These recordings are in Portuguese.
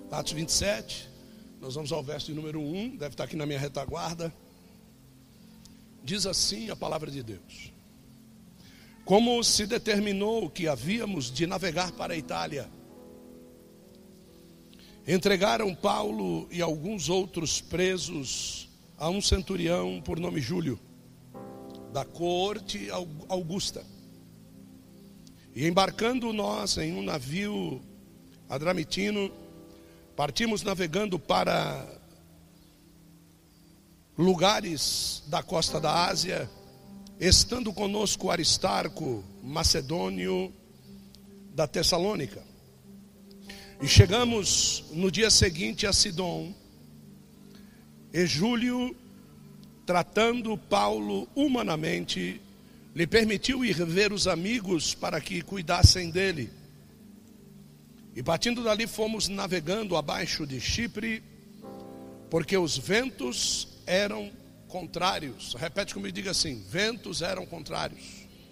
Atos 27, nós vamos ao verso de número 1, deve estar aqui na minha retaguarda. Diz assim a palavra de Deus: como se determinou que havíamos de navegar para a Itália, entregaram Paulo e alguns outros presos a um centurião por nome Júlio, da corte Augusta. E embarcando nós em um navio adramitino, partimos navegando para lugares da costa da Ásia, estando conosco Aristarco, macedônio da Tessalônica. E chegamos no dia seguinte a Sidom, e Júlio, tratando Paulo humanamente, lhe permitiu ir ver os amigos para que cuidassem dele. E partindo dali fomos navegando abaixo de Chipre, porque os ventos eram contrários. Repete comigo, diga assim: ventos eram contrários.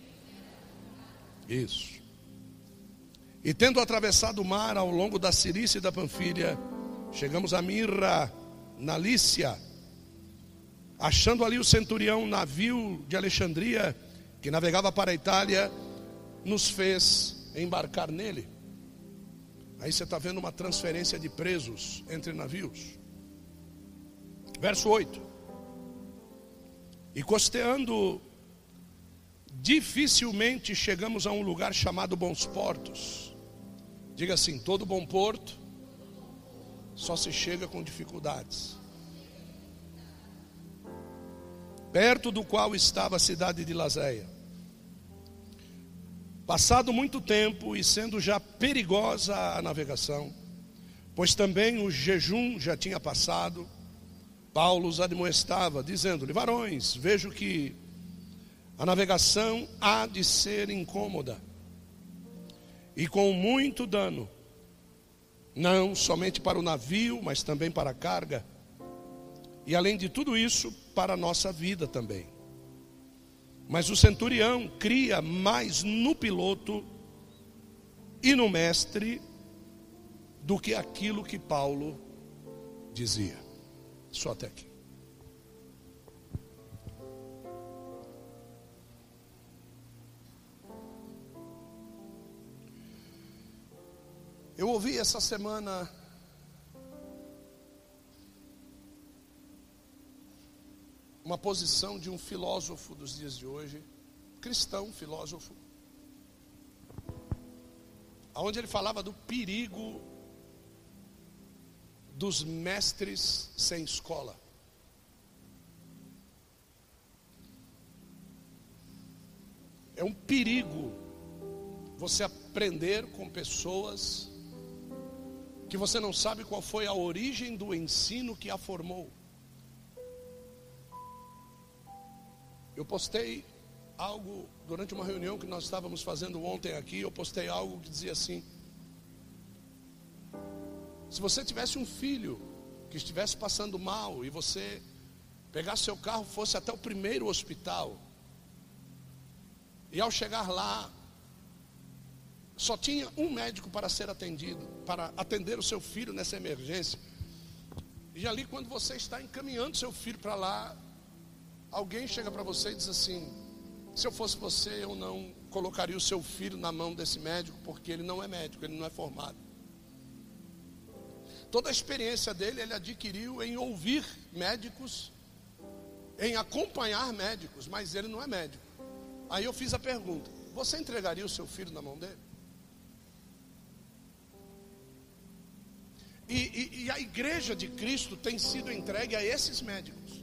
Isso. E tendo atravessado o mar ao longo da Cirícia e da Panfilha, chegamos a Mirra, na Lícia, achando ali o centurião, navio de Alexandria, que navegava para a Itália, nos fez embarcar nele. Aí você está vendo uma transferência de presos entre navios. Verso 8: e costeando, dificilmente chegamos a um lugar chamado Bons Portos. Diga assim: todo bom porto só se chega com dificuldades. Perto do qual estava a cidade de Laséia. Passado muito tempo e sendo já perigosa a navegação, pois também o jejum já tinha passado, Paulo os admoestava, dizendo-lhe: varões, vejo que a navegação há de ser incômoda e com muito dano, não somente para o navio, mas também para a carga, e além de tudo isso, para a nossa vida também. Mas o centurião cria mais no piloto e no mestre do que aquilo que Paulo dizia. Só até aqui. Eu ouvi essa semana uma posição de um filósofo dos dias de hoje, cristão, filósofo, onde ele falava do perigo dos mestres sem escola. É um perigo você aprender com pessoas que você não sabe qual foi a origem do ensino que a formou. Eu postei algo durante uma reunião que nós estávamos fazendo ontem aqui. Eu postei algo que dizia assim: se você tivesse um filho que estivesse passando mal e você pegasse seu carro, fosse até o primeiro hospital, e ao chegar lá só tinha um médico para ser atendido, para atender o seu filho nessa emergência, e ali quando você está encaminhando seu filho para lá, alguém chega para você e diz assim: se eu fosse você, eu não colocaria o seu filho na mão desse médico, porque ele não é médico, ele não é formado. Toda a experiência dele, ele adquiriu em ouvir médicos, em acompanhar médicos, mas ele não é médico. Aí eu fiz a pergunta: você entregaria o seu filho na mão dele? E a igreja de Cristo tem sido entregue a esses médicos.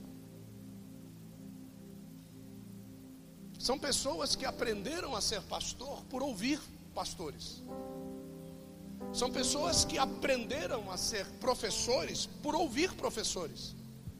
São pessoas que aprenderam a ser pastor por ouvir pastores. São pessoas que aprenderam a ser professores por ouvir professores.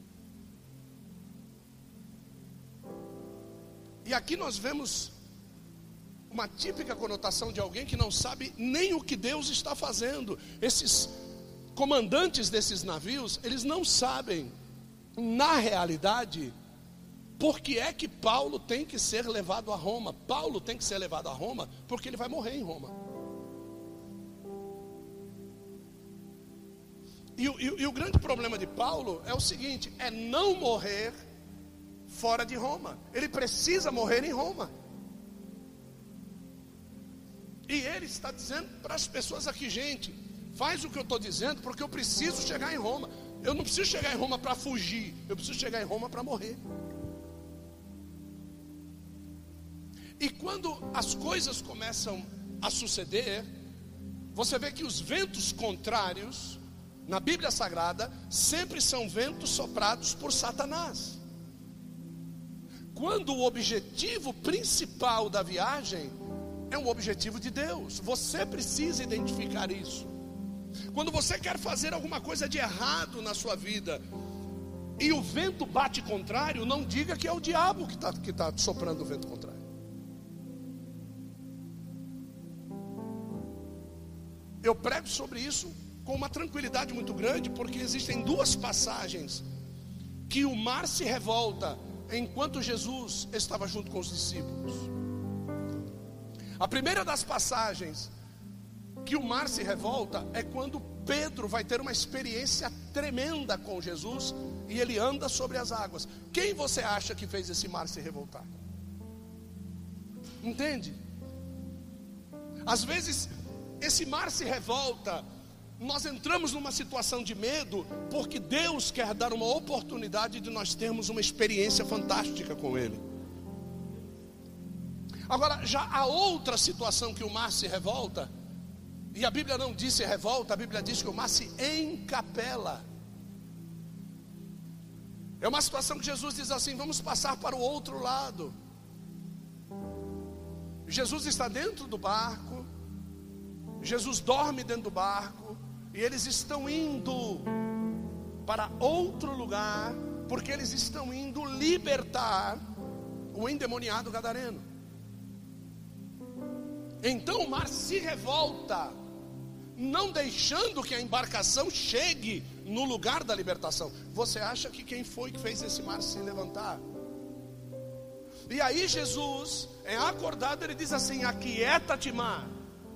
E aqui nós vemos uma típica conotação de alguém que não sabe nem o que Deus está fazendo. Esses comandantes desses navios, eles não sabem, na realidade, por que é que Paulo tem que ser levado a Roma. Paulo tem que ser levado a Roma porque ele vai morrer em Roma. E o grande problema de Paulo é o seguinte: é não morrer fora de Roma. Ele precisa morrer em Roma. E ele está dizendo para as pessoas aqui: gente, faz o que eu estou dizendo, porque eu preciso chegar em Roma. Eu não preciso chegar em Roma para fugir, eu preciso chegar em Roma para morrer. E quando as coisas começam a suceder, você vê que os ventos contrários na Bíblia Sagrada sempre são ventos soprados por Satanás. Quando o objetivo principal da viagem é um objetivo de Deus, você precisa identificar isso. Quando você quer fazer alguma coisa de errado na sua vida e o vento bate contrário, não diga que é o diabo que está soprando o vento contrário. Eu prego sobre isso com uma tranquilidade muito grande, porque existem duas passagens que o mar se revolta enquanto Jesus estava junto com os discípulos. A primeira das passagens que o mar se revolta é quando Pedro vai ter uma experiência tremenda com Jesus e ele anda sobre as águas. Quem você acha que fez esse mar se revoltar? Entende? Às vezes esse mar se revolta, nós entramos numa situação de medo, porque Deus quer dar uma oportunidade de nós termos uma experiência fantástica com Ele. Agora, já há outra situação que o mar se revolta, e a Bíblia não diz se revolta, a Bíblia diz que o mar se encapela. É uma situação que Jesus diz assim: vamos passar para o outro lado. Jesus está dentro do barco, Jesus dorme dentro do barco, e eles estão indo para outro lugar, porque eles estão indo libertar o endemoniado gadareno. Então o mar se revolta, não deixando que a embarcação chegue no lugar da libertação. Você acha que quem foi que fez esse mar se levantar? E aí Jesus é acordado, ele diz assim: aquieta-te, mar.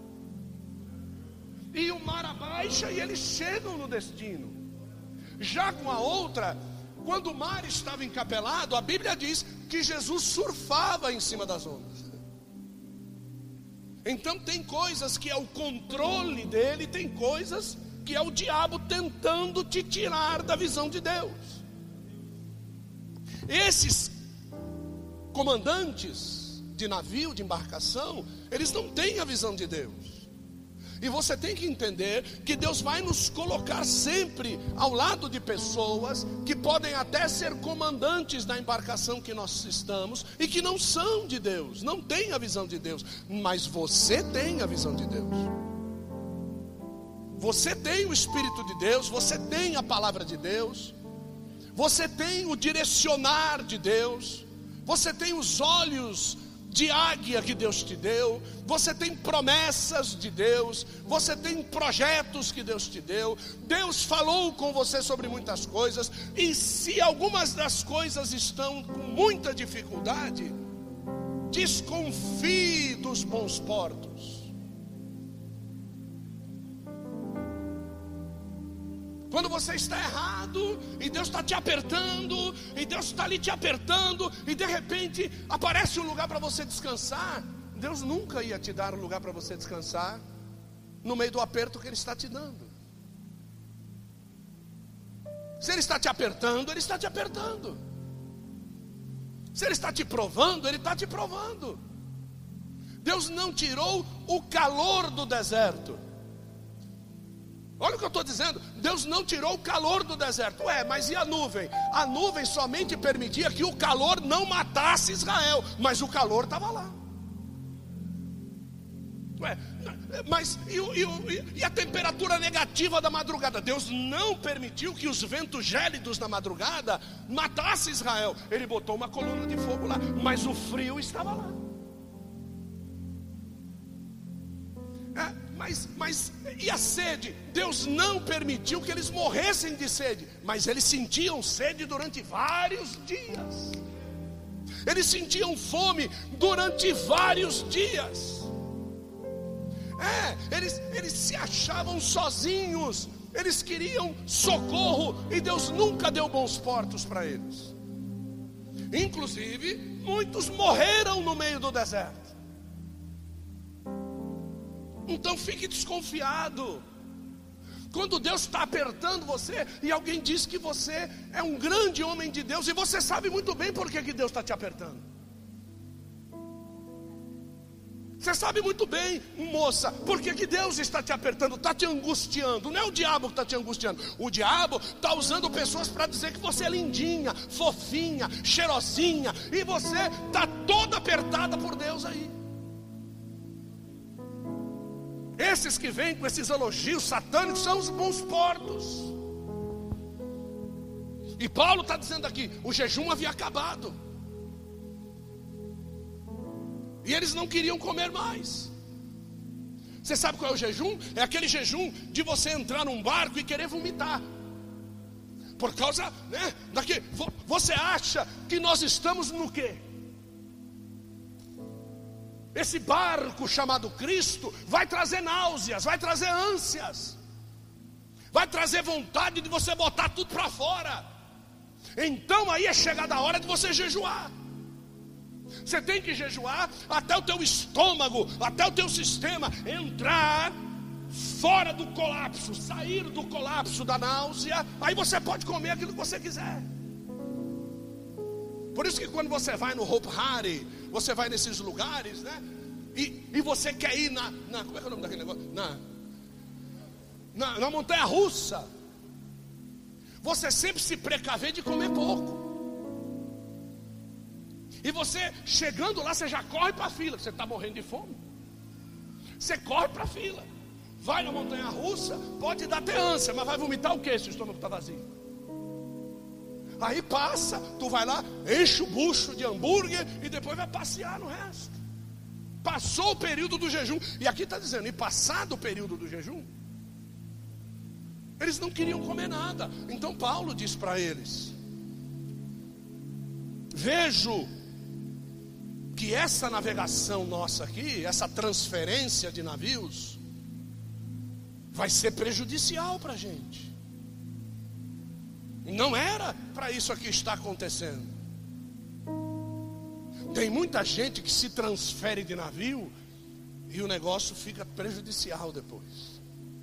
E o mar abaixa e eles chegam no destino. Já com a outra, quando o mar estava encapelado, a Bíblia diz que Jesus surfava em cima das ondas. Então tem coisas que é o controle dele, tem coisas que é o diabo tentando te tirar da visão de Deus. Esses comandantes de navio, de embarcação, eles não têm a visão de Deus. E você tem que entender que Deus vai nos colocar sempre ao lado de pessoas que podem até ser comandantes da embarcação que nós estamos e que não são de Deus, não têm a visão de Deus, mas você tem a visão de Deus. Você tem o Espírito de Deus, você tem a palavra de Deus, você tem o direcionar de Deus, você tem os olhos de águia que Deus te deu, você tem promessas de Deus, você tem projetos que Deus te deu. Deus falou com você sobre muitas coisas, e se algumas das coisas estão com muita dificuldade, desconfie dos bons portos. Quando você está errado, e Deus está te apertando, e Deus está ali te apertando, e de repente aparece um lugar para você descansar. Deus nunca ia te dar um lugar para você descansar no meio do aperto que Ele está te dando. Se Ele está te apertando, Ele está te apertando. Se Ele está te provando, Ele está te provando. Deus não tirou o calor do deserto. Olha o que eu estou dizendo, Deus não tirou o calor do deserto. Mas e a nuvem? A nuvem somente permitia que o calor não matasse Israel, mas o calor estava lá. Mas e a temperatura negativa da madrugada? Deus não permitiu que os ventos gélidos na madrugada matassem Israel. Ele botou uma coluna de fogo lá, mas o frio estava lá. Mas e a sede? Deus não permitiu que eles morressem de sede, mas eles sentiam sede durante vários dias. Eles sentiam fome durante vários dias. Eles se achavam sozinhos eles queriam socorro e Deus nunca deu bons portos para eles. Inclusive, muitos morreram no meio do deserto. Então fique desconfiado. Quando Deus está apertando você e alguém diz que você é um grande homem de Deus, e você sabe muito bem por que Deus está te apertando. Você sabe muito bem, moça, por que Deus está te apertando, está te angustiando. Não é o diabo que está te angustiando. O diabo está usando pessoas para dizer que você é lindinha, fofinha, cheirosinha, e você está toda apertada por Deus aí. Esses que vêm com esses elogios satânicos são os bons portos. E Paulo está dizendo aqui, o jejum havia acabado. E eles não queriam comer mais. Você sabe qual é o jejum? É aquele jejum de você entrar num barco e querer vomitar. Por causa, né, daqui, você acha que nós estamos no quê? Esse barco chamado Cristo vai trazer náuseas, vai trazer ânsias, vai trazer vontade de você botar tudo para fora. Então aí é chegada a hora de você jejuar. Você tem que jejuar até o teu estômago, até o teu sistema entrar fora do colapso, sair do colapso da náusea. Aí você pode comer aquilo que você quiser. Por isso que quando você vai no Hope Hari, você vai nesses lugares, né? E você quer ir como é que é o nome daquele negócio? Na montanha russa. Você sempre se precaver de comer pouco. E você, chegando lá, você já corre para a fila. Você está morrendo de fome. Você corre para a fila. Vai na montanha russa, pode dar até ânsia, mas vai vomitar o quê se o estômago está vazio? Aí passa, tu vai lá, enche o bucho de hambúrguer e depois vai passear no resto. Passou o período do jejum. E aqui está dizendo, e passado o período do jejum, eles não queriam comer nada. Então Paulo diz para eles: vejo que essa navegação nossa aqui, essa transferência de navios, vai ser prejudicial para a gente. Não era para isso aqui estar acontecendo. Tem muita gente que se transfere de navio e o negócio fica prejudicial depois.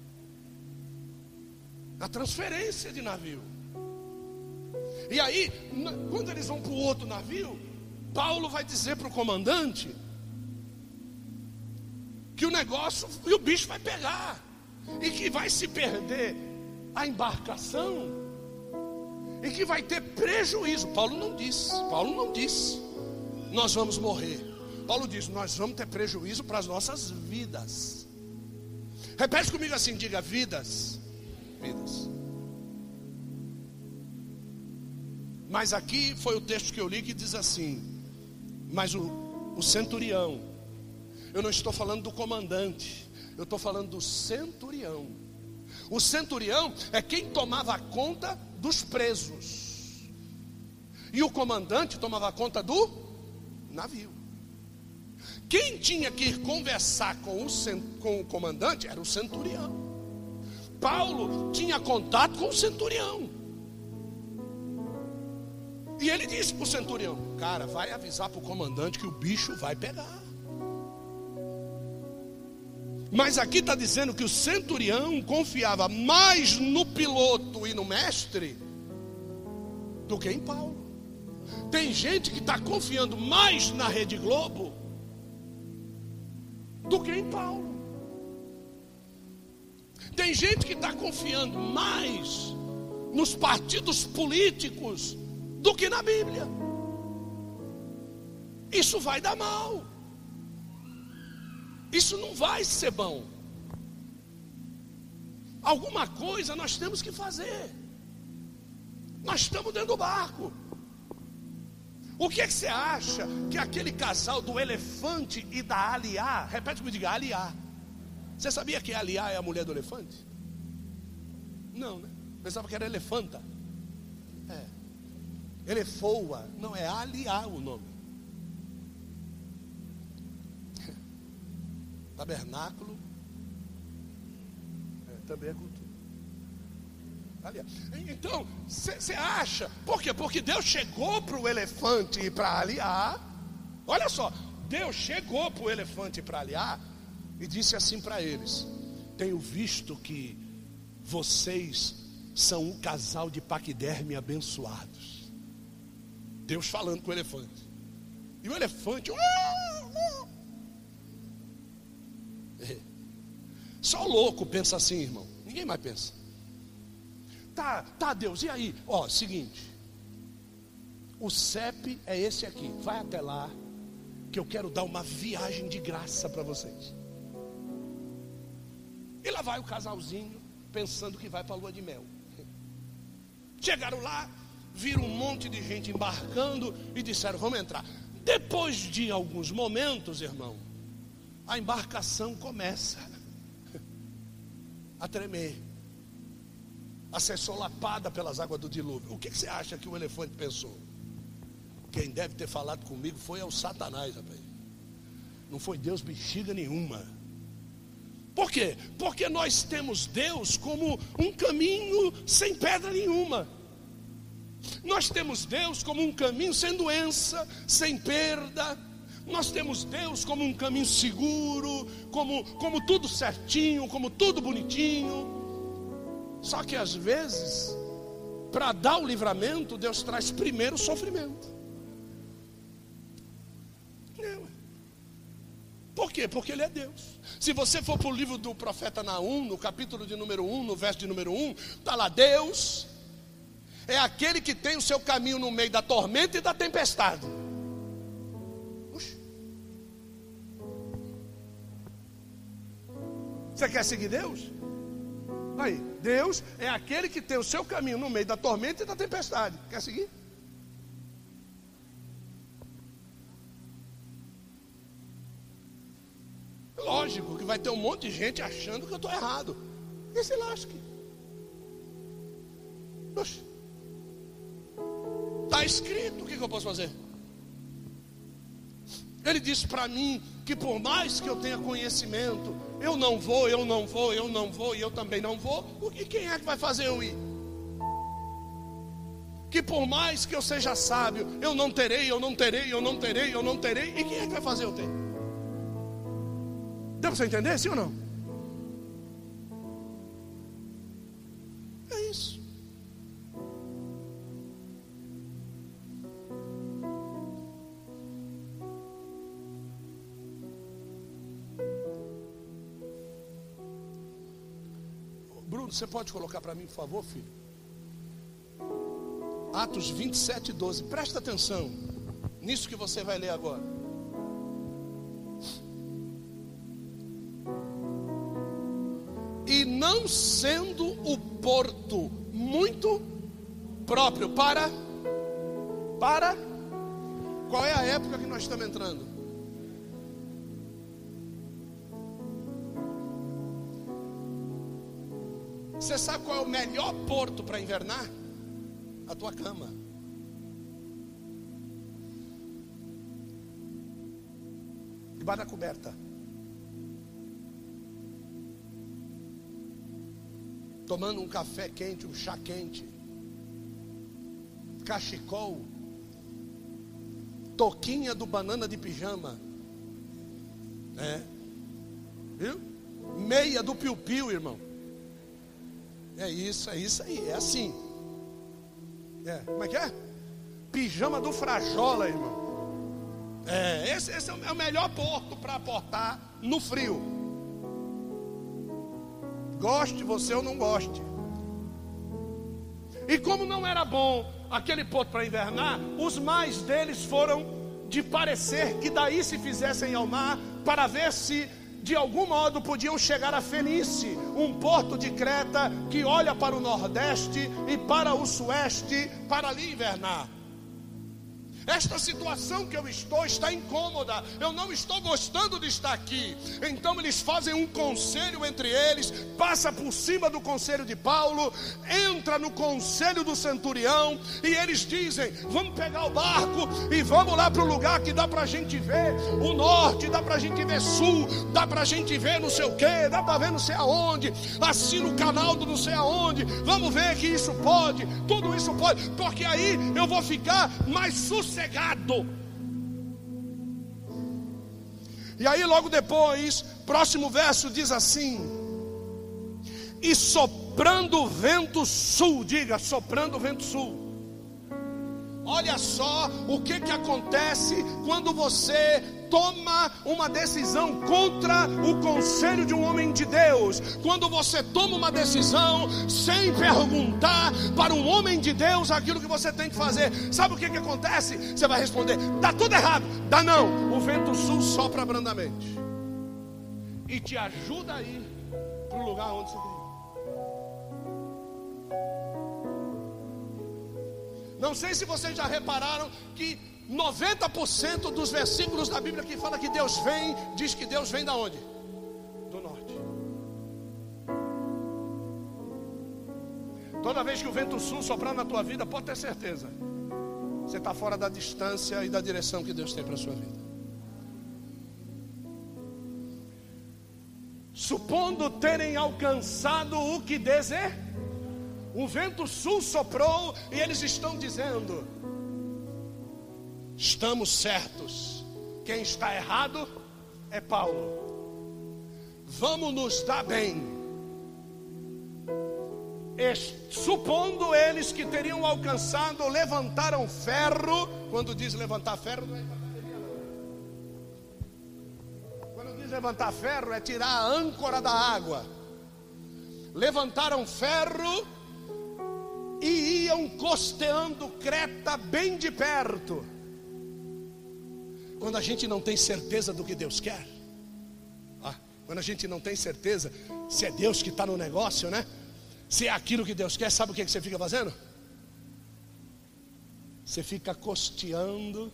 A transferência de navio. E aí, quando eles vão para o outro navio, Paulo vai dizer para o comandante que o negócio, e o bicho vai pegar, e que vai se perder a embarcação, e que vai ter prejuízo. Paulo não disse, nós vamos morrer. Paulo diz, nós vamos ter prejuízo para as nossas vidas. Repete comigo assim, diga: vidas. Mas aqui foi o texto que eu li que diz assim: mas o centurião, eu não estou falando do comandante, eu estou falando do centurião. O centurião é quem tomava conta dos presos, e o comandante tomava conta do navio. Quem tinha que ir conversar com o comandante era o centurião. Paulo tinha contato com o centurião. E ele disse para o centurião: cara, vai avisar para o comandante que o bicho vai pegar. Mas aqui está dizendo que o centurião confiava mais no piloto e no mestre do que em Paulo. Tem gente que está confiando mais na Rede Globo do que em Paulo. Tem gente que está confiando mais nos partidos políticos do que na Bíblia. Isso vai dar mal. Isso não vai ser bom. Alguma coisa nós temos que fazer. Nós estamos dentro do barco. O que é que você acha que aquele casal do elefante e da Aliá, repete comigo, diga Aliá. Você sabia que Aliá é a mulher do elefante? Não, né? Pensava que era elefanta. Elefoa, não, é Aliá o nome. Tabernáculo também é cultura. Ali, então, você acha? Por quê? Porque Deus chegou para o elefante e para aliar. Olha só, Deus chegou para o elefante para aliar e disse assim para eles: tenho visto que vocês são um casal de paquiderme abençoados. Deus falando com o elefante. E o elefante... Só o louco pensa assim, irmão. Ninguém mais pensa. Tá, Deus, e aí? Ó, seguinte. O CEP é esse aqui. Vai até lá, que eu quero dar uma viagem de graça para vocês. E lá vai o casalzinho, pensando que vai para a lua de mel. Chegaram lá, viram um monte de gente embarcando e disseram: vamos entrar. Depois de alguns momentos, irmão, a embarcação começa a tremer, a ser solapada pelas águas do dilúvio. O que você acha que o elefante pensou? Quem deve ter falado comigo foi o Satanás, rapaz. Não foi Deus bexiga nenhuma. Por quê? Porque nós temos Deus como um caminho sem pedra nenhuma. Nós temos Deus como um caminho sem doença, sem perda. Nós temos Deus como um caminho seguro, como tudo certinho, como tudo bonitinho. Só que às vezes, para dar o livramento, Deus traz primeiro o sofrimento. Por quê? Porque Ele é Deus. Se você for para o livro do profeta Naum, no capítulo de número 1, no verso de número 1, está lá: Deus é aquele que tem o seu caminho no meio da tormenta e da tempestade. Puxa. Você quer seguir Deus? Aí, Deus é aquele que tem o seu caminho no meio da tormenta e da tempestade. Quer seguir? Lógico que vai ter um monte de gente achando que eu estou errado. E se lasque. Poxa. Está escrito, o que eu posso fazer? Ele disse para mim que por mais que eu tenha conhecimento, eu não vou, e eu também não vou. E quem é que vai fazer eu ir? Que por mais que eu seja sábio, eu não terei. E quem é que vai fazer eu ter? Deu para você entender, sim ou não? É isso. Bruno, você pode colocar para mim, por favor, filho? Atos 27, 12. Presta atenção nisso que você vai ler agora. E não sendo o porto muito próprio para qual é a época que nós estamos entrando? Você sabe qual é o melhor porto para invernar? A tua cama. Debaixo da coberta. Tomando um café quente, um chá quente, cachecol, toquinha do banana de pijama, viu? Meia do piu-piu, irmão. É isso aí, é assim. Como é que é? Pijama do Frajola, irmão. Esse é o melhor porto para aportar no frio. Goste você ou não goste. E como não era bom aquele porto para invernar, os mais deles foram de parecer que daí se fizessem ao mar, para ver se de algum modo podiam chegar a Fenície, um porto de Creta que olha para o nordeste e para o sueste, para ali invernar. Esta situação que eu estou está incômoda, eu não estou gostando de estar aqui. Então eles fazem um conselho entre eles, passa por cima do conselho de Paulo, entra no conselho do centurião, e eles dizem: vamos pegar o barco e vamos lá para o lugar que dá para a gente ver o norte, dá para a gente ver sul, dá para a gente ver não sei o que, dá para ver não sei aonde, assim no canal do não sei aonde, vamos ver que isso pode, tudo isso pode, porque aí eu vou ficar mais sossegado. E aí logo depois, próximo verso diz assim: e soprando o vento sul, diga, soprando o vento sul. Olha só o que acontece quando você toma uma decisão contra o conselho de um homem de Deus. Quando você toma uma decisão sem perguntar para um homem de Deus aquilo que você tem que fazer, sabe o que acontece? Você vai responder: dá tudo errado. Dá não, o vento sul sopra brandamente e te ajuda a ir para o lugar onde você quer ir. Não sei se vocês já repararam que 90% dos versículos da Bíblia que fala que Deus vem, diz que Deus vem da onde? Do norte. Toda vez que o vento sul soprar na tua vida, pode ter certeza, você está fora da distância e da direção que Deus tem para a sua vida. Supondo terem alcançado o que desejam, o vento sul soprou e eles estão dizendo: estamos certos, quem está errado é Paulo, vamos nos dar bem. Supondo eles que teriam alcançado, levantaram ferro. Quando diz levantar ferro, não é bateria, não. Quando diz levantar ferro, é tirar a âncora da água. Levantaram ferro e iam costeando Creta bem de perto. Quando a gente não tem certeza do que Deus quer, quando a gente não tem certeza se é Deus que está no negócio, né? Se é aquilo que Deus quer, sabe o que você fica fazendo? Você fica costeando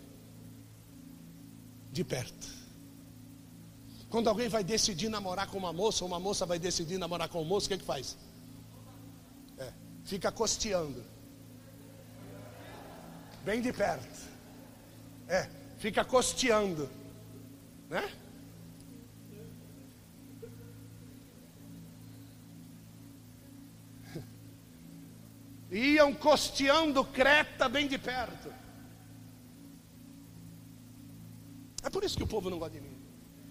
de perto. Quando alguém vai decidir namorar com uma moça vai decidir namorar com um moço, o que faz? Fica costeando bem de perto. Fica costeando, né? Iam costeando Creta bem de perto. É por isso que o povo não gosta de mim.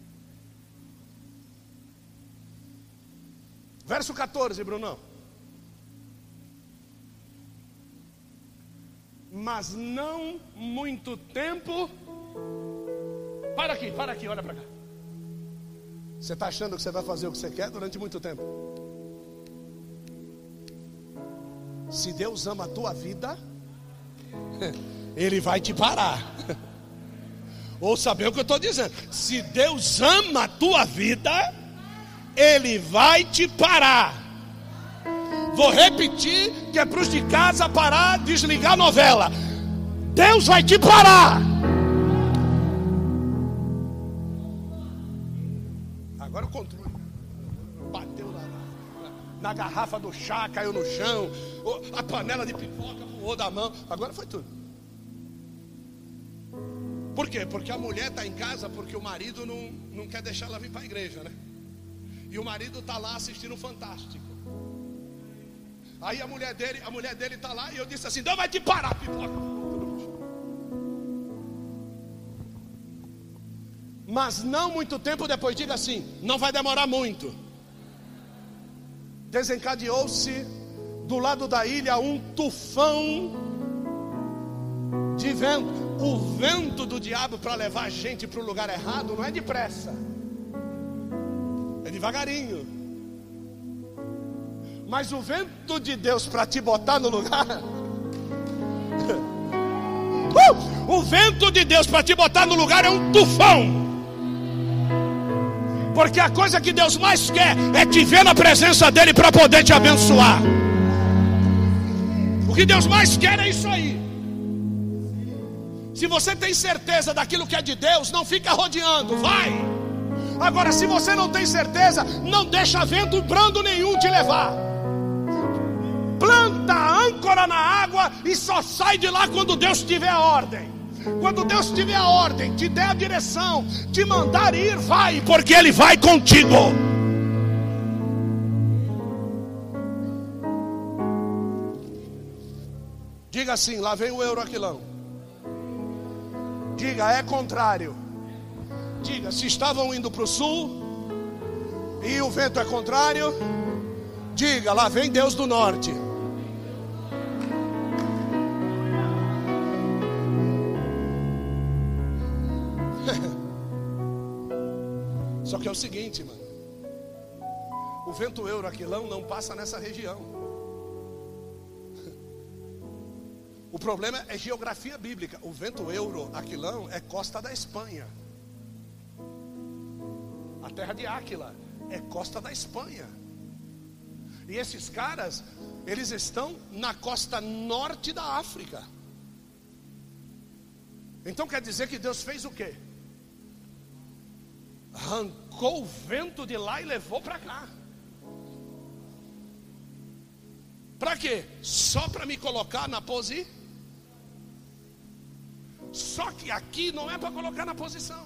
Verso 14, Brunão. Mas não muito tempo. Para aqui, olha para cá. Você está achando que você vai fazer o que você quer durante muito tempo? Se Deus ama a tua vida, Ele vai te parar. Ouça bem o que eu estou dizendo. Se Deus ama a tua vida, Ele vai te parar. Vou repetir, que é para os de casa parar, desligar a novela. Deus vai te parar. Agora o controle. Bateu na garrafa do chá, caiu no chão. A panela de pipoca voou da mão. Agora foi tudo. Por quê? Porque a mulher está em casa porque o marido não quer deixar ela vir para a igreja, né? E o marido está lá assistindo o Fantástico. Aí a mulher dele está lá e eu disse assim: Deus vai te parar, pipoca. Mas não muito tempo depois, diga assim, não vai demorar muito. Desencadeou-se do lado da ilha um tufão de vento. O vento do diabo para levar a gente para o lugar errado não é depressa, é devagarinho. Mas o vento de Deus para te botar no lugar, o vento de Deus para te botar no lugar é um tufão. Porque a coisa que Deus mais quer é te ver na presença dEle para poder te abençoar. O que Deus mais quer é isso aí. Se você tem certeza daquilo que é de Deus, não fica rodeando, vai. Agora, se você não tem certeza, não deixa vento brando nenhum te levar. Planta a âncora na água e só sai de lá quando Deus tiver a ordem. Quando Deus tiver a ordem, te der a direção, te mandar ir, vai, porque Ele vai contigo. Diga assim, lá vem o Euroaquilão. Diga, é contrário. Diga, se estavam indo para o sul e o vento é contrário, diga, lá vem Deus do norte. Só que é o seguinte, mano, o vento Euroaquilão não passa nessa região. O problema é geografia bíblica. O vento Euroaquilão é costa da Espanha. A terra de Áquila é costa da Espanha. E esses caras, eles estão na costa norte da África. Então quer dizer que Deus fez o quê? Arrancou o vento de lá e levou para cá. Para quê? Só para me colocar na posição. Só que aqui não é para colocar na posição.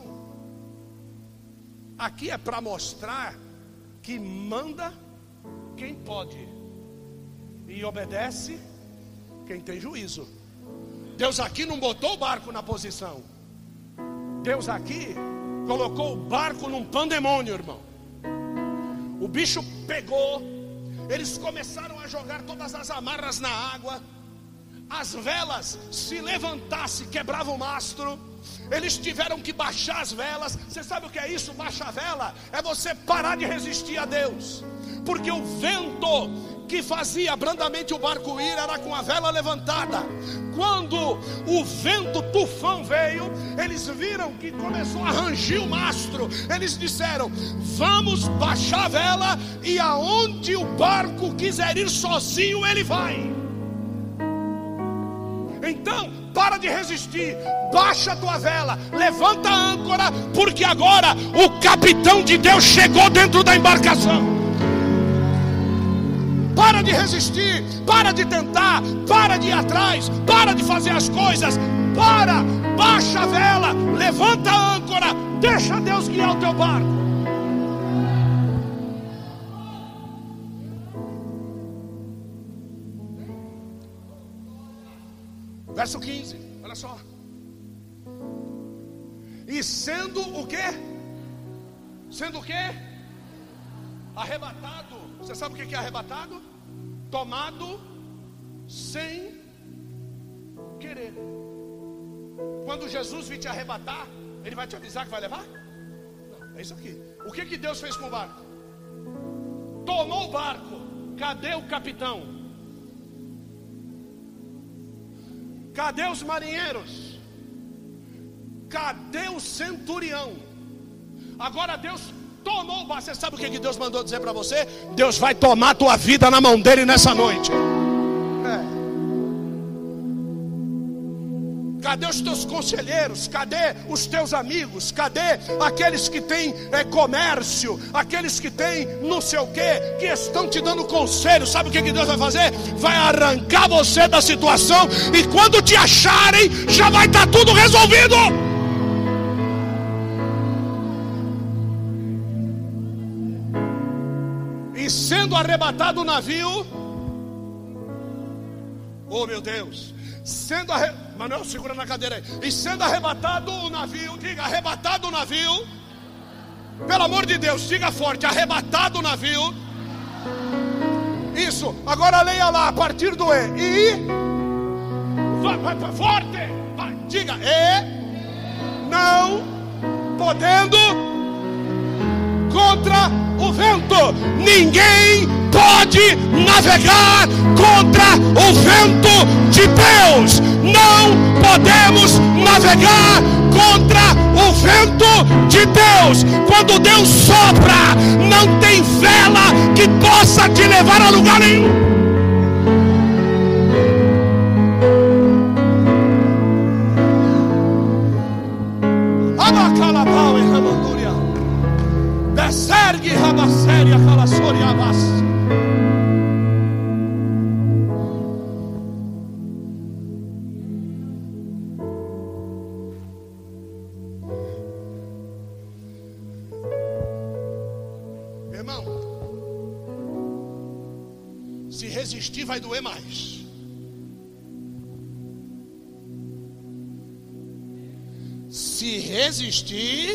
Aqui é para mostrar que manda quem pode e obedece quem tem juízo. Deus aqui não botou o barco na posição. Deus aqui colocou o barco num pandemônio, irmão. O bicho pegou. Eles começaram a jogar todas as amarras na água. As velas, se levantasse, quebrava o mastro. Eles tiveram que baixar as velas. Você sabe o que é isso? Baixar a vela é você parar de resistir a Deus. Porque o vento que fazia brandamente o barco ir era com a vela levantada. Quando o vento tufão veio, eles viram que começou a rangir o mastro. Eles disseram, vamos baixar a vela, e aonde o barco quiser ir sozinho, ele vai. Então, para de resistir, baixa a tua vela, levanta a âncora, porque agora o capitão de Deus chegou dentro da embarcação. Para de resistir, para de tentar, para de ir atrás, para de fazer as coisas, baixa a vela, levanta a âncora, deixa Deus guiar o teu barco. Verso 15, olha só. E sendo o quê? Sendo o quê? Arrebatado. Você sabe o que é arrebatado? Tomado sem querer. Quando Jesus vir te arrebatar, Ele vai te avisar que vai levar? Não, é isso aqui. O que Deus fez com o barco? Tomou o barco. Cadê o capitão? Cadê os marinheiros? Cadê o centurião? Agora Deus tomou o barco. Você sabe o que Deus mandou dizer para você? Deus vai tomar a tua vida na mão dele nessa noite. Cadê os teus conselheiros? Cadê os teus amigos? Cadê aqueles que têm comércio? Aqueles que têm não sei o que, que estão te dando conselho? Sabe o que Deus vai fazer? Vai arrancar você da situação, e quando te acharem, já vai estar tudo resolvido. E sendo arrebatado o navio, oh meu Deus, Manuel, segura na cadeira aí. E sendo arrebatado o navio, diga, arrebatado o navio, pelo amor de Deus, diga forte, arrebatado o navio. Isso, agora leia lá, a partir do E. E vai forte, vai, diga, e não podendo contra o vento. Ninguém pode navegar contra o vento de Deus. Não podemos navegar contra o vento de Deus. Quando Deus sopra, não tem vela que possa te levar a lugar nenhum. resistir vai doer mais. Se resistir,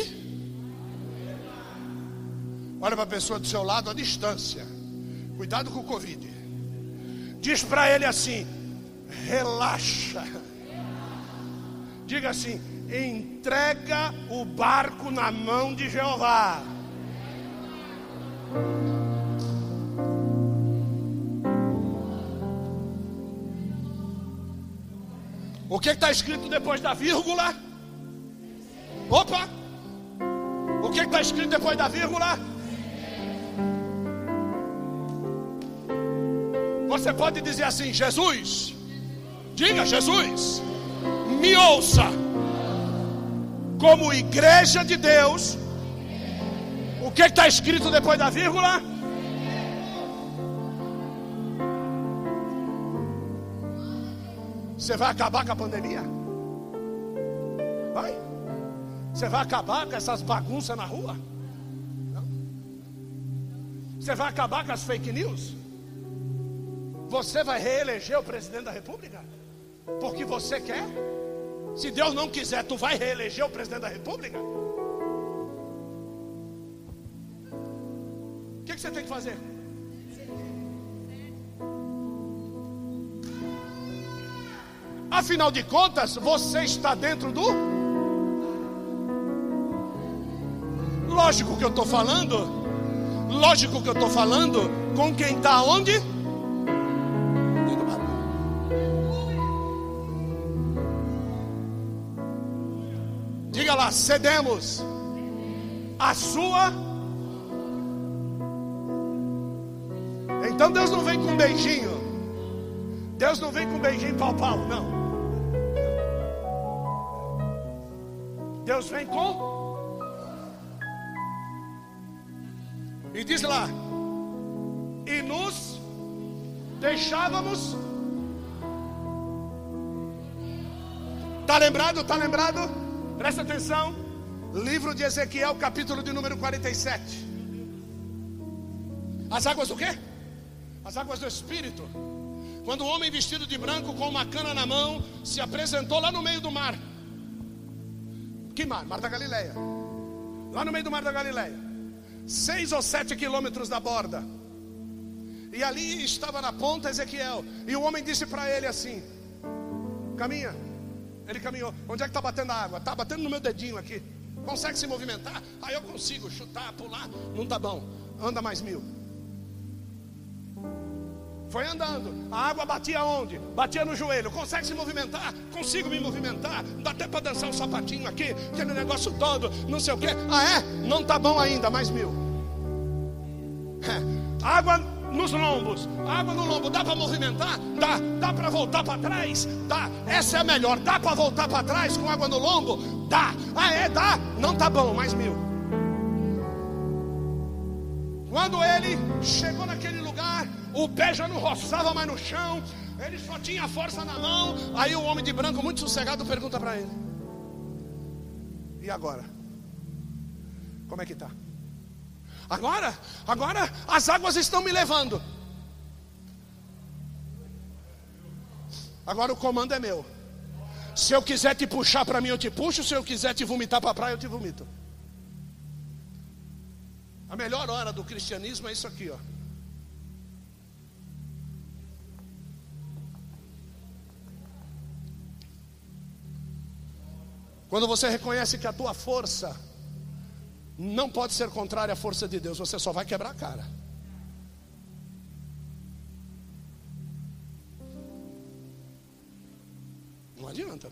olha para a pessoa do seu lado à distância. Cuidado com o Covid. Diz para ele assim: relaxa. Diga assim: entrega o barco na mão de Jeová. O que está escrito depois da vírgula? Opa! O que está escrito depois da vírgula? Você pode dizer assim: Jesus, diga: Jesus, me ouça. Como igreja de Deus, o que está escrito depois da vírgula? Você vai acabar com a pandemia? Vai? Você vai acabar com essas bagunças na rua? Não. Você vai acabar com as fake news? Você vai reeleger o presidente da república? Porque você quer? Se Deus não quiser, tu vai reeleger o presidente da república? O que você tem que fazer? Afinal de contas, você está dentro do... Lógico que eu estou falando com quem está onde? Diga lá: cedemos a sua. Então Deus não vem com um beijinho. Deus não vem com um beijinho pau-pau, não. Deus vem com... E diz lá: e nos deixávamos. Está lembrado? Presta atenção. Livro de Ezequiel, capítulo de número 47. As águas do quê? As águas do Espírito. Quando o homem vestido de branco com uma cana na mão se apresentou lá no meio do mar. Que mar? Mar da Galileia. Lá no meio do Mar da Galileia, 6 ou 7 quilômetros da borda. E ali estava na ponta Ezequiel. E o homem disse para ele assim: caminha. Ele caminhou. Onde é que está batendo a água? Está batendo no meu dedinho aqui. Consegue se movimentar? Aí eu consigo chutar, pular. Não está bom. Anda mais 1000. Foi andando. A água batia onde? Batia no joelho. Consegue se movimentar? Consigo me movimentar. Dá até para dançar um sapatinho aqui. Aquele negócio todo. Não sei o que. Ah, é? Não está bom ainda. Mais 1000. Água nos lombos. Água no lombo. Dá para movimentar? Dá. Dá para voltar para trás? Dá. Essa é a melhor. Dá para voltar para trás com água no lombo? Dá. Ah, é? Dá. Não está bom. Mais 1000. Quando ele chegou naquele lugar, o pé já não roçava mais no chão, ele só tinha força na mão. Aí o homem de branco, muito sossegado, pergunta para ele: e agora? Como é que está? Agora as águas estão me levando. Agora o comando é meu. Se eu quiser te puxar para mim, eu te puxo. Se eu quiser te vomitar para a praia, eu te vomito. A melhor hora do cristianismo é isso aqui, ó. Quando você reconhece que a tua força não pode ser contrária à força de Deus, você só vai quebrar a cara. Não adianta.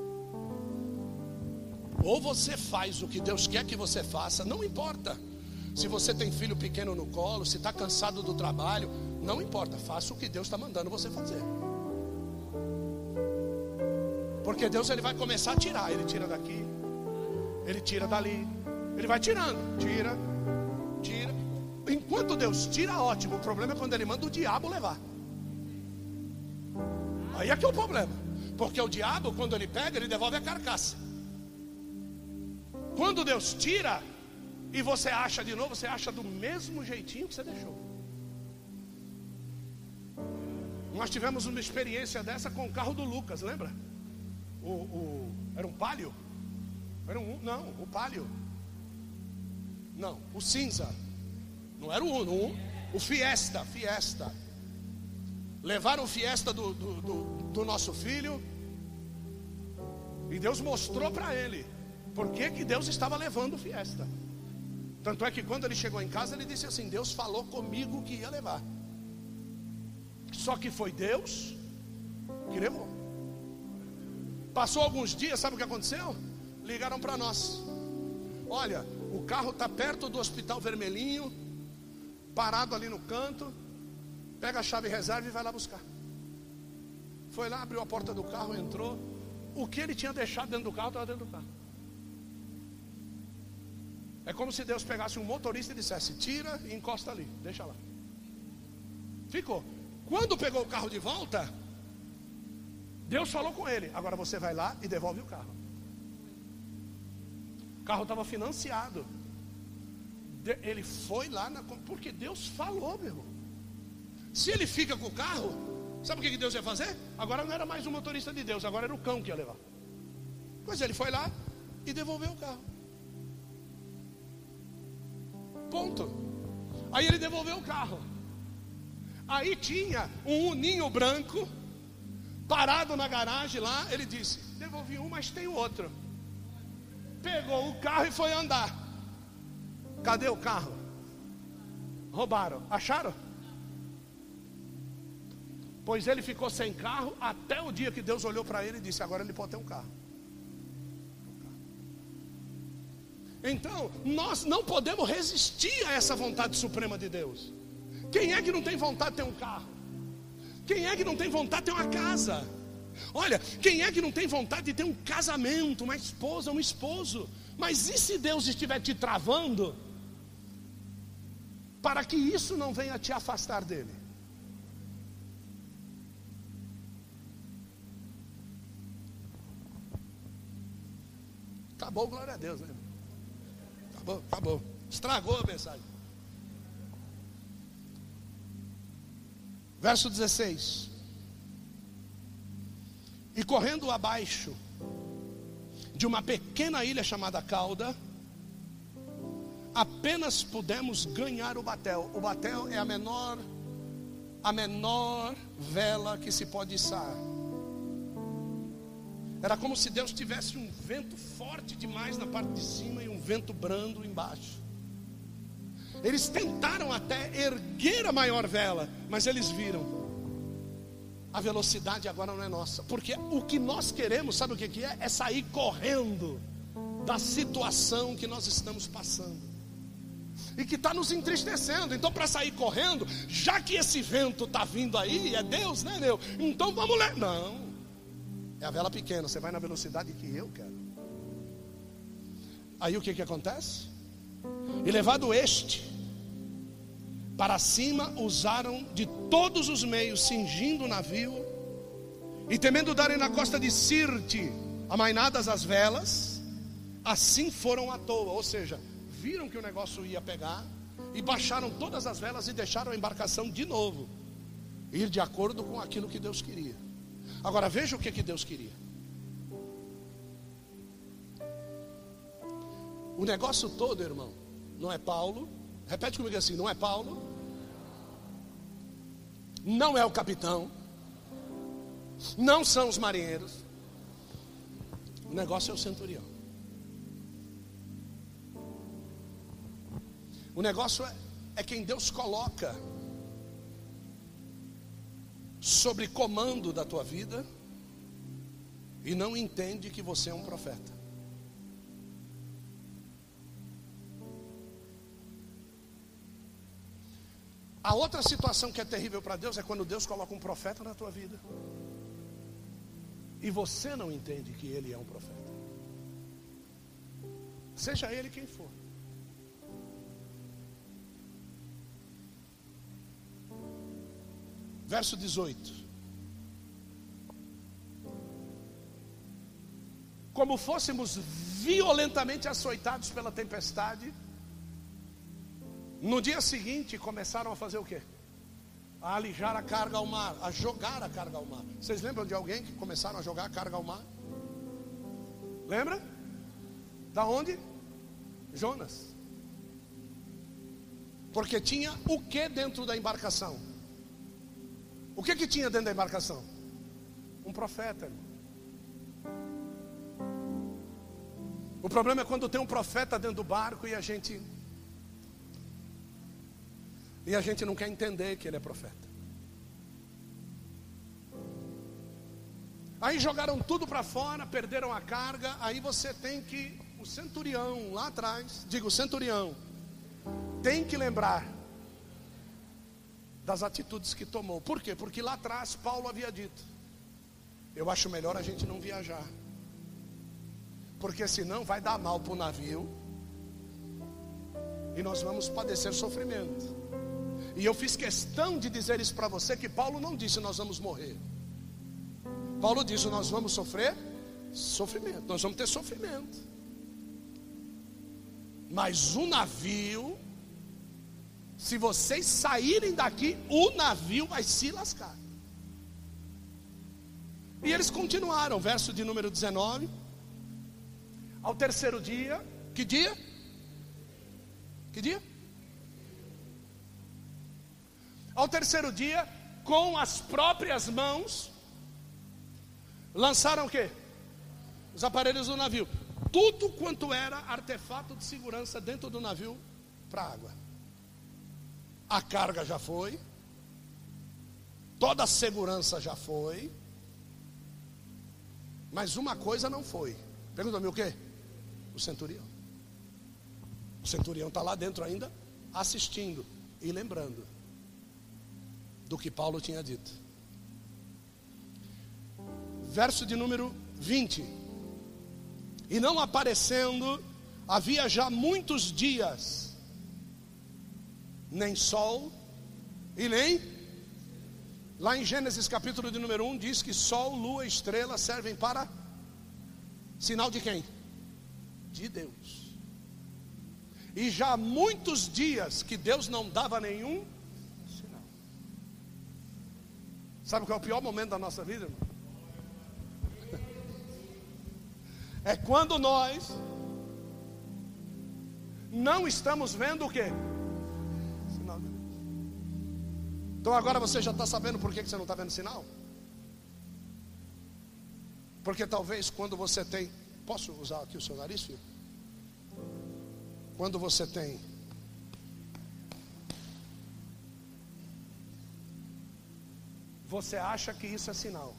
Ou você faz o que Deus quer que você faça, não importa. Se você tem filho pequeno no colo, se está cansado do trabalho, não importa, faça o que Deus está mandando você fazer. Porque Deus, ele vai começar a tirar. Ele tira daqui, ele tira dali, ele vai tirando, tira. Enquanto Deus tira, ótimo. O problema é quando ele manda o diabo levar. Aí é que é o problema. Porque o diabo, quando ele pega, ele devolve a carcaça. Quando Deus tira e você acha de novo, você acha do mesmo jeitinho que você deixou. Nós tivemos uma experiência dessa com o carro do Lucas, lembra? Era um Palio? Não, o Palio. Não, o cinza. Não era o Uno, o Fiesta. Levaram o Fiesta do nosso filho. E Deus mostrou para ele por que Deus estava levando o Fiesta. Tanto é que quando ele chegou em casa, ele disse assim: Deus falou comigo que ia levar. Só que foi Deus que levou. Passou alguns dias, sabe o que aconteceu? Ligaram para nós: olha, o carro está perto do Hospital Vermelhinho, parado ali no canto. Pega a chave reserva e vai lá buscar. Foi lá, abriu a porta do carro, entrou. O que ele tinha deixado dentro do carro estava dentro do carro. É como se Deus pegasse um motorista e dissesse: tira e encosta ali, deixa lá. Ficou. Quando pegou o carro de volta, Deus falou com ele: agora você vai lá e devolve o carro. O carro estava financiado. Ele foi lá, porque Deus falou, meu irmão. Se ele fica com o carro, sabe o que Deus ia fazer? Agora não era mais um motorista de Deus, agora era o cão que ia levar. Pois ele foi lá e devolveu o carro. Ponto. Aí ele devolveu o carro. Aí tinha um Uninho branco parado na garagem lá. Ele disse: devolvi um, mas tem o outro. Pegou o carro e foi andar. Cadê o carro? Roubaram. Acharam? Pois ele ficou sem carro até o dia que Deus olhou para ele e disse: agora ele pode ter um carro. Então, nós não podemos resistir a essa vontade suprema de Deus. Quem é que não tem vontade de ter um carro? Quem é que não tem vontade de ter uma casa? Olha, quem é que não tem vontade de ter um casamento, uma esposa, um esposo? Mas e se Deus estiver te travando, para que isso não venha te afastar dele? Acabou, glória a Deus, né? Acabou. Estragou a mensagem. Verso 16. E correndo abaixo de uma pequena ilha chamada Cauda, apenas pudemos ganhar o batel. O batel é a menor vela que se pode içar. Era como se Deus tivesse um vento forte demais na parte de cima e um vento brando embaixo. Eles tentaram até erguer a maior vela, mas eles viram: a velocidade agora não é nossa. Porque o que nós queremos, sabe o que é? É sair correndo da situação que nós estamos passando e que está nos entristecendo. Então, para sair correndo, já que esse vento está vindo aí, é Deus, né, meu? Então vamos ler. Não. É a vela pequena, você vai na velocidade que eu quero. Aí o que acontece? E levado este para cima, usaram de todos os meios, cingindo o navio, e temendo darem na costa de Sirte amainadas as velas, assim foram à toa. Ou seja, viram que o negócio ia pegar, e baixaram todas as velas e deixaram a embarcação de novo ir de acordo com aquilo que Deus queria. Agora veja o que Deus queria. O negócio todo, irmão, não é Paulo. Repete comigo assim: não é Paulo, não é o capitão, não são os marinheiros. O negócio é o centurião. O negócio é quem Deus coloca sobre comando da tua vida e não entende que você é um profeta. A outra situação que é terrível para Deus é quando Deus coloca um profeta na tua vida e você não entende que ele é um profeta, seja ele quem for. Verso 18. Como fôssemos violentamente açoitados pela tempestade, no dia seguinte começaram a fazer o quê? a alijar a carga ao mar, a jogar a carga ao mar. Vocês lembram de alguém que começaram a jogar a carga ao mar? Lembra? Da onde? Jonas. Porque tinha o que dentro da embarcação? O que tinha dentro da embarcação? Um profeta, irmão. O problema é quando tem um profeta dentro do barco e a gente não quer entender que ele é profeta. Aí jogaram tudo para fora, perderam a carga. Aí você tem que, o centurião lá atrás, o centurião tem que lembrar das atitudes que tomou. Por quê? Porque lá atrás Paulo havia dito: eu acho melhor a gente não viajar, porque senão vai dar mal para o navio e nós vamos padecer sofrimento. E eu fiz questão de dizer isso para você, que Paulo não disse nós vamos morrer. Paulo disse nós vamos sofrer sofrimento, nós vamos ter sofrimento. Mas o navio, se vocês saírem daqui, o navio vai se lascar. E eles continuaram, verso de número 19. Ao terceiro dia, que dia? Que dia? Ao terceiro dia, com as próprias mãos, lançaram o quê? Os aparelhos do navio. Tudo quanto era artefato de segurança dentro do navio para a água. A carga já foi, toda a segurança já foi, mas uma coisa não foi. Pergunta-me o quê? O centurião. O centurião está lá dentro ainda, assistindo e lembrando do que Paulo tinha dito. Verso de número 20. E não aparecendo, havia já muitos dias, nem sol e nem... Lá em Gênesis capítulo de número 1 diz que sol, lua e estrela servem para sinal de quem? De Deus. E já há muitos dias que Deus não dava nenhum sinal. Sabe qual é o pior momento da nossa vida, irmão? É quando nós não estamos vendo o quê? Sinal de Deus. Então agora você já está sabendo por que você não está vendo sinal? Porque talvez quando você tem... Posso usar aqui o seu nariz, filho? Quando você tem... Você acha que isso é sinal.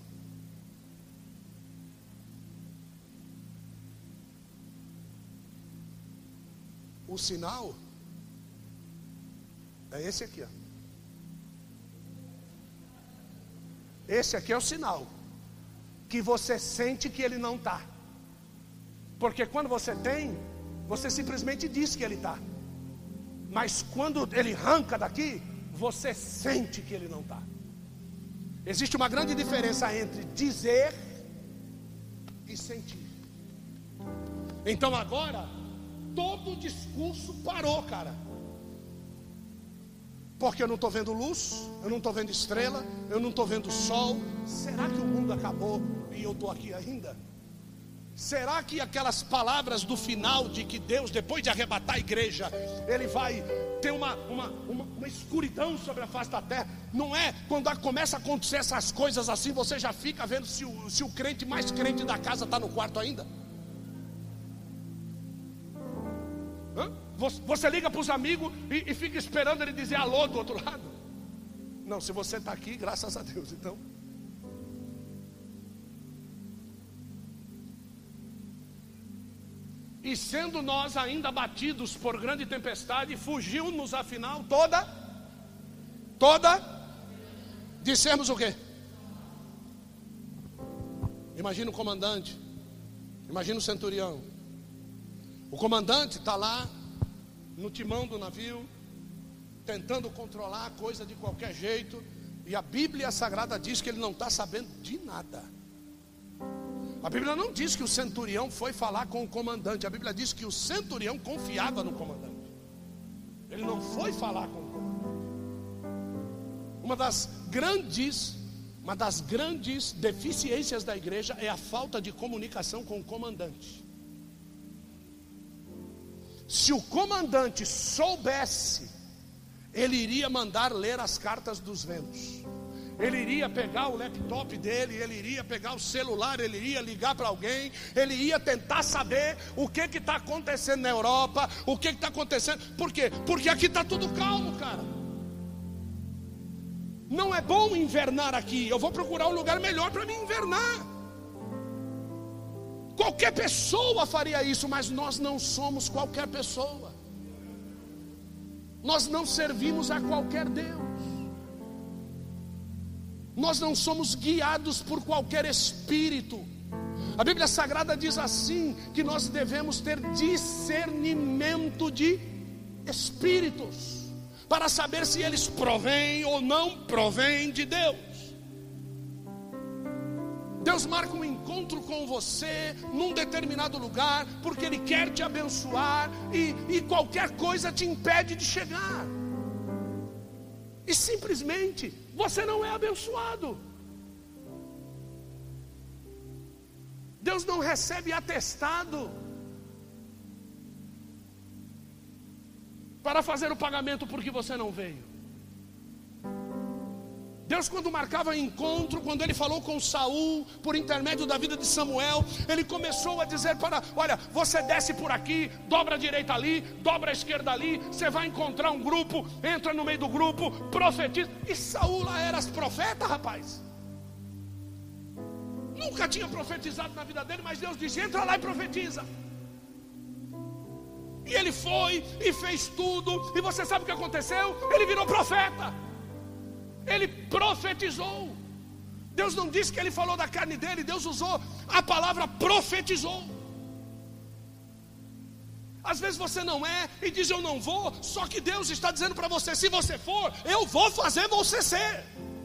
O sinal é esse aqui, ó. Esse aqui é o sinal que você sente que ele não está. Porque quando você tem, você simplesmente diz que ele está. Mas quando ele arranca daqui, você sente que ele não está. Existe uma grande diferença entre dizer e sentir. Então agora todo o discurso parou, cara. Porque eu não estou vendo luz, eu não estou vendo estrela, eu não estou vendo sol. Será que o mundo acabou e eu estou aqui ainda? Será que aquelas palavras do final de que Deus, depois de arrebatar a igreja, Ele vai ter uma escuridão sobre a face da terra? Não é? Quando começa a acontecer essas coisas assim, você já fica vendo se o crente mais crente da casa está no quarto ainda? Você liga para os amigos e fica esperando ele dizer alô do outro lado? Não, se você está aqui, graças a Deus, então. E sendo nós ainda abatidos por grande tempestade, fugiu-nos afinal toda, dissemos o quê? Imagina o comandante, imagina o centurião. O comandante está lá no timão do navio, tentando controlar a coisa de qualquer jeito, e a Bíblia Sagrada diz que ele não está sabendo de nada. A Bíblia não diz que o centurião foi falar com o comandante. A Bíblia diz que o centurião confiava no comandante. Ele não foi falar com o comandante. Uma das grandes deficiências da igreja é a falta de comunicação com o comandante. Se o comandante soubesse, ele iria mandar ler as cartas dos ventos. Ele iria pegar o laptop dele, ele iria pegar o celular, ele iria ligar para alguém, ele ia tentar saber o que está acontecendo na Europa, o que está acontecendo. Por quê? Porque aqui está tudo calmo, cara. Não é bom invernar aqui. Eu vou procurar um lugar melhor para me invernar. Qualquer pessoa faria isso, mas nós não somos qualquer pessoa. Nós não servimos a qualquer Deus. Nós não somos guiados por qualquer espírito. A Bíblia Sagrada diz assim, que nós devemos ter discernimento de espíritos, para saber se eles provêm ou não provêm de Deus. Deus marca um encontro com você num determinado lugar, porque Ele quer te abençoar, e qualquer coisa te impede de chegar. E simplesmente você não é abençoado. Deus não recebe atestado para fazer o pagamento porque você não veio. Deus, quando marcava encontro, quando Ele falou com Saul, por intermédio da vida de Samuel, Ele começou a dizer olha, você desce por aqui, dobra a direita ali, dobra a esquerda ali, você vai encontrar um grupo, entra no meio do grupo, profetiza. E Saul lá era profeta, rapaz. Nunca tinha profetizado na vida dele, mas Deus disse, entra lá e profetiza. E ele foi e fez tudo, e você sabe o que aconteceu? Ele virou profeta. Ele profetizou. Deus não disse que ele falou da carne dele, Deus usou a palavra profetizou. Às vezes você não é e diz eu não vou, só que Deus está dizendo para você, se você for, eu vou fazer você ser.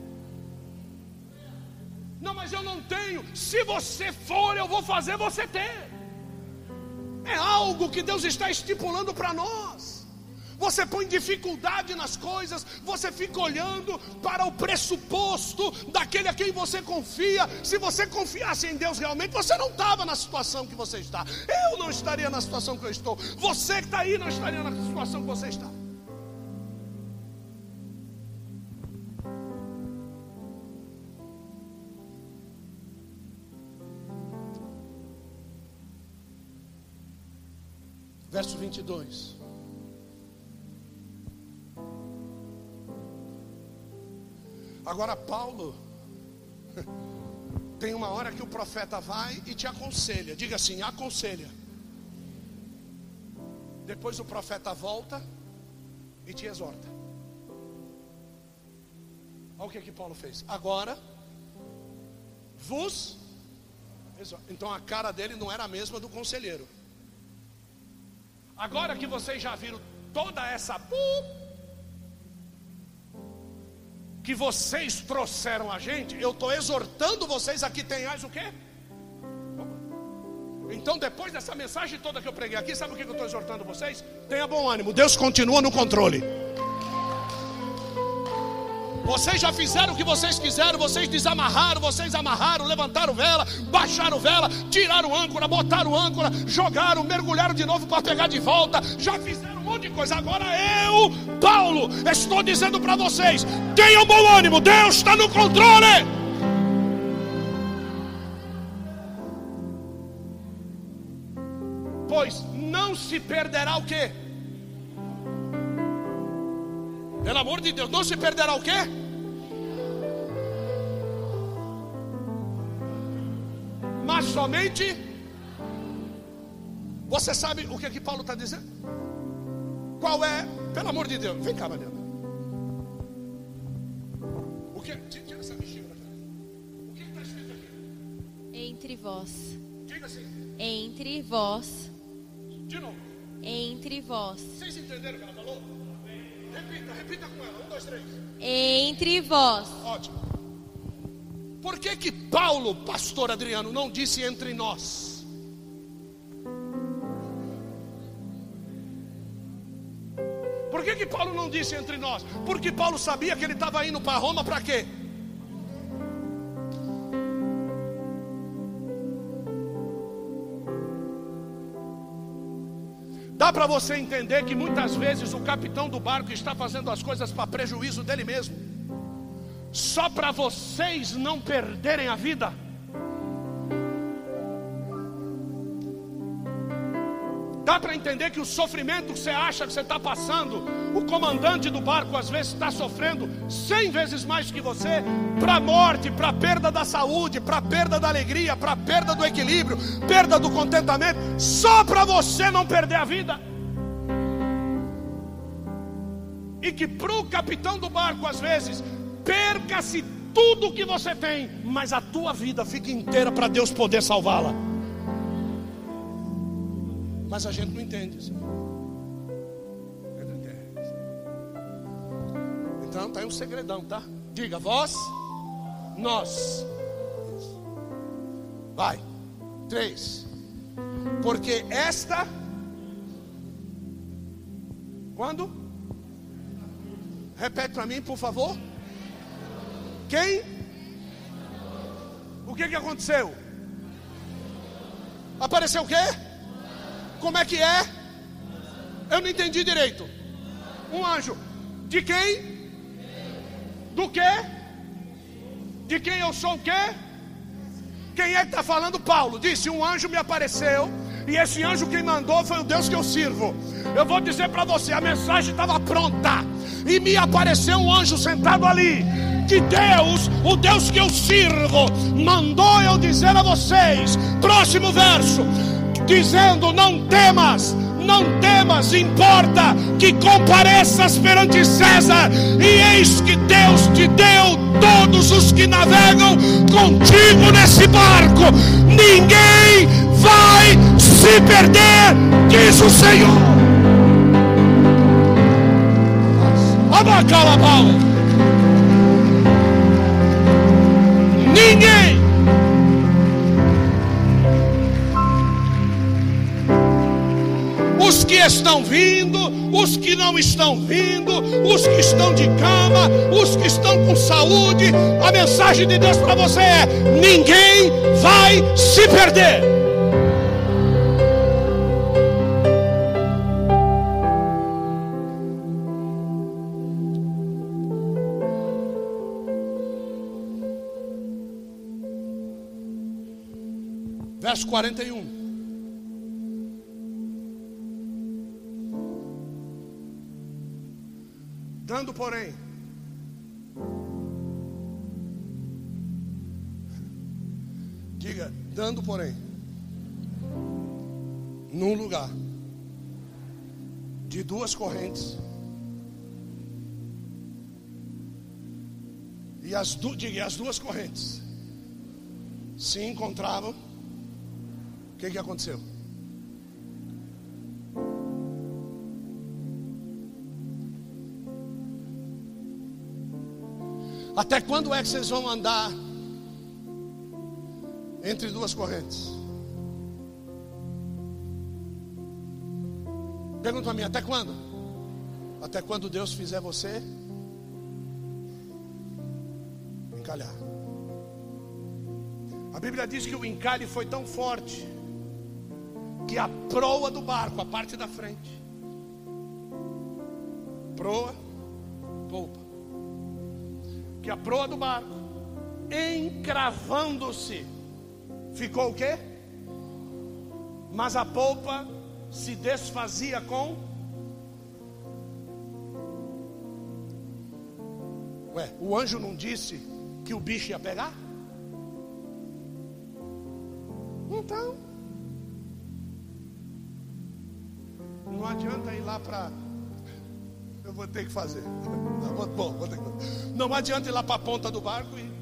Não, mas eu não tenho. Se você for, eu vou fazer você ter. É algo que Deus está estipulando para nós. Você põe dificuldade nas coisas, você fica olhando para o pressuposto daquele a quem você confia. Se você confiasse em Deus realmente, você não estava na situação que você está. Eu não estaria na situação que eu estou. Você que está aí não estaria na situação que você está. Verso 22. Agora Paulo, tem uma hora que o profeta vai e te aconselha. Diga assim, aconselha. Depois o profeta volta e te exorta. Olha o que Paulo fez. Agora vos exorta. Então a cara dele não era a mesma do conselheiro. Agora que vocês já viram toda essa que vocês trouxeram a gente, eu estou exortando vocês aqui, tenhais o quê? Então depois dessa mensagem toda que eu preguei aqui, sabe o que eu estou exortando vocês? Tenha bom ânimo, Deus continua no controle. Vocês já fizeram o que vocês quiseram, vocês desamarraram, vocês amarraram, levantaram vela, baixaram vela, tiraram âncora, botaram âncora, jogaram, mergulharam de novo para pegar de volta, já fizeram um monte de coisa. Agora eu, Paulo, estou dizendo para vocês, tenham bom ânimo, Deus está no controle. Pois não se perderá o quê? Pelo amor de Deus, não se perderá o quê? Mas somente. Você sabe o que Paulo está dizendo? Qual é? Pelo amor de Deus, vem cá, Mariana. O que? Tira essa bexiga pra cá. O que está escrito aqui? Entre vós. Diga assim. Entre vós. De novo. Entre vós. Vocês entenderam o que ela falou? Repita com ela, 1, 2, 3. Entre vós. Ótimo. Por que Paulo, pastor Adriano, não disse entre nós? Por que Paulo não disse entre nós? Porque Paulo sabia que ele estava indo para Roma para quê? Dá para você entender que muitas vezes o capitão do barco está fazendo as coisas para prejuízo dele mesmo, só para vocês não perderem a vida. Dá para entender que o sofrimento que você acha que você está passando, o comandante do barco às vezes está sofrendo 100 vezes mais que você, para a morte, para a perda da saúde, para a perda da alegria, para a perda do equilíbrio, perda do contentamento, só para você não perder a vida. E que para o capitão do barco às vezes perca-se tudo que você tem, mas a tua vida fica inteira para Deus poder salvá-la. Mas a gente não entende isso. Então tá aí um segredão, tá? Diga, vós, nós. Vai. 3. Porque esta. Quando? Repete para mim, por favor. Quem? O que aconteceu? Apareceu o quê? Como é que é? Eu não entendi direito. Um anjo. De quem? Do quê? De quem eu sou o quê? Quem é que está falando? Paulo disse: um anjo me apareceu, e esse anjo quem mandou foi o Deus que eu sirvo. Eu vou dizer para você, a mensagem estava pronta, e me apareceu um anjo sentado ali, que Deus, o Deus que eu sirvo, mandou eu dizer a vocês. Próximo verso, dizendo: não temas, não temas, importa que compareças perante César, e eis que Deus te deu todos os que navegam contigo nesse barco. Ninguém vai se perder, diz o Senhor. Abacalabau. Ninguém. Os que estão vindo, os que não estão vindo, os que estão de cama, os que estão com saúde, a mensagem de Deus para você é: ninguém vai se perder. Verso 41. Dando, porém, diga, dando, porém, num lugar de duas correntes, e as duas correntes se encontravam, o que aconteceu? Até quando é que vocês vão andar entre duas correntes? Pergunta a mim, até quando? Até quando Deus fizer você encalhar. A Bíblia diz que o encalhe foi tão forte que a proa do barco, a parte da frente, proa, polpa, que a proa do barco, encravando-se, ficou o quê? Mas a polpa se desfazia com... Ué, o anjo não disse que o bicho ia pegar? Então, não adianta ir lá para... Eu vou ter que fazer. Bom, vou ter que fazer. Não adianta ir lá para a ponta do barco e...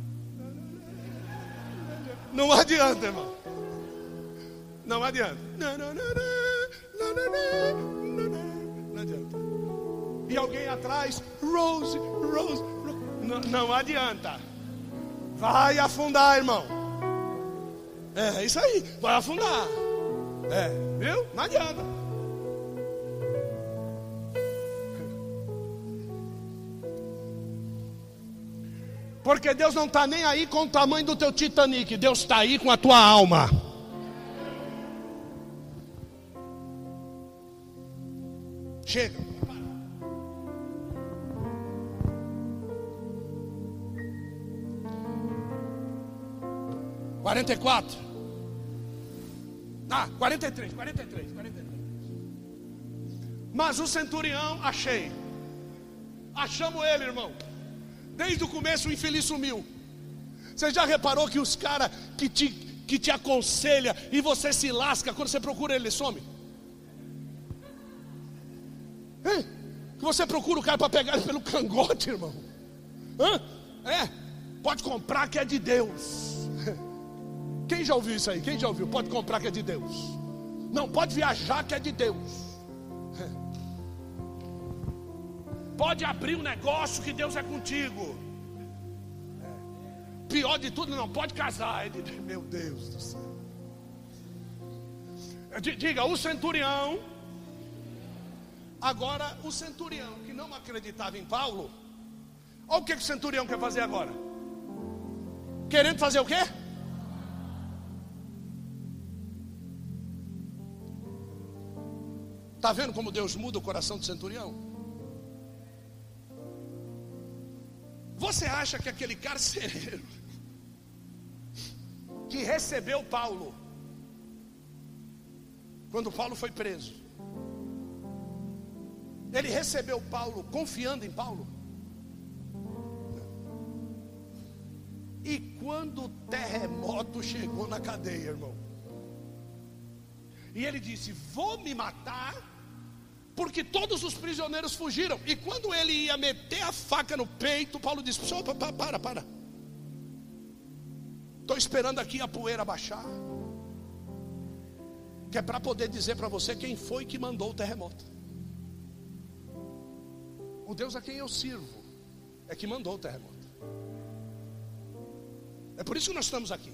Não adianta, irmão. Não adianta. Não adianta. E alguém atrás, Rose. Não adianta. Vai afundar, irmão. É isso aí, vai afundar. Viu? Não adianta. Porque Deus não está nem aí com o tamanho do teu Titanic. Deus está aí com a tua alma. Chega. 44. 43. Mas o centurião achamos ele, irmão. Desde o começo o infeliz sumiu. Você já reparou que os caras que te aconselha e você se lasca, quando você procura ele some? Que você procura o cara para pegar ele pelo cangote, irmão. Pode comprar que é de Deus. Quem já ouviu isso aí? Quem já ouviu? Pode comprar que é de Deus. Não, pode viajar que é de Deus. Pode abrir um negócio que Deus é contigo. Pior de tudo, não pode casar. Meu Deus do céu. Diga, o centurião. Agora, o centurião que não acreditava em Paulo, olha o que o centurião quer fazer agora. Querendo fazer o quê? Está vendo como Deus muda o coração do centurião? Você acha que aquele carcereiro que recebeu Paulo, quando Paulo foi preso, ele recebeu Paulo confiando em Paulo? E quando o terremoto chegou na cadeia, irmão, e ele disse: vou me matar, porque todos os prisioneiros fugiram. E quando ele ia meter a faca no peito, Paulo disse: para. Estou esperando aqui a poeira baixar, que é para poder dizer para você quem foi que mandou o terremoto. O Deus a quem eu sirvo é que mandou o terremoto. É por isso que nós estamos aqui.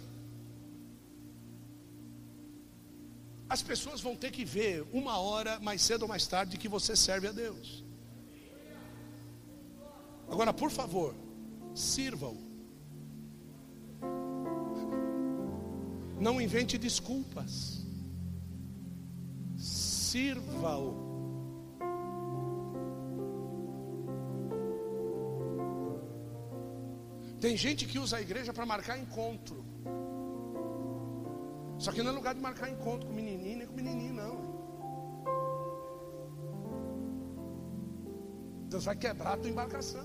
As pessoas vão ter que ver uma hora, mais cedo ou mais tarde, que você serve a Deus. Agora, por favor, sirva-o. Não invente desculpas. Sirva-o. Tem gente que usa a igreja para marcar encontro. Só que não é lugar de marcar encontro com menininho nem com menininho, não. Deus vai quebrar a tua embarcação.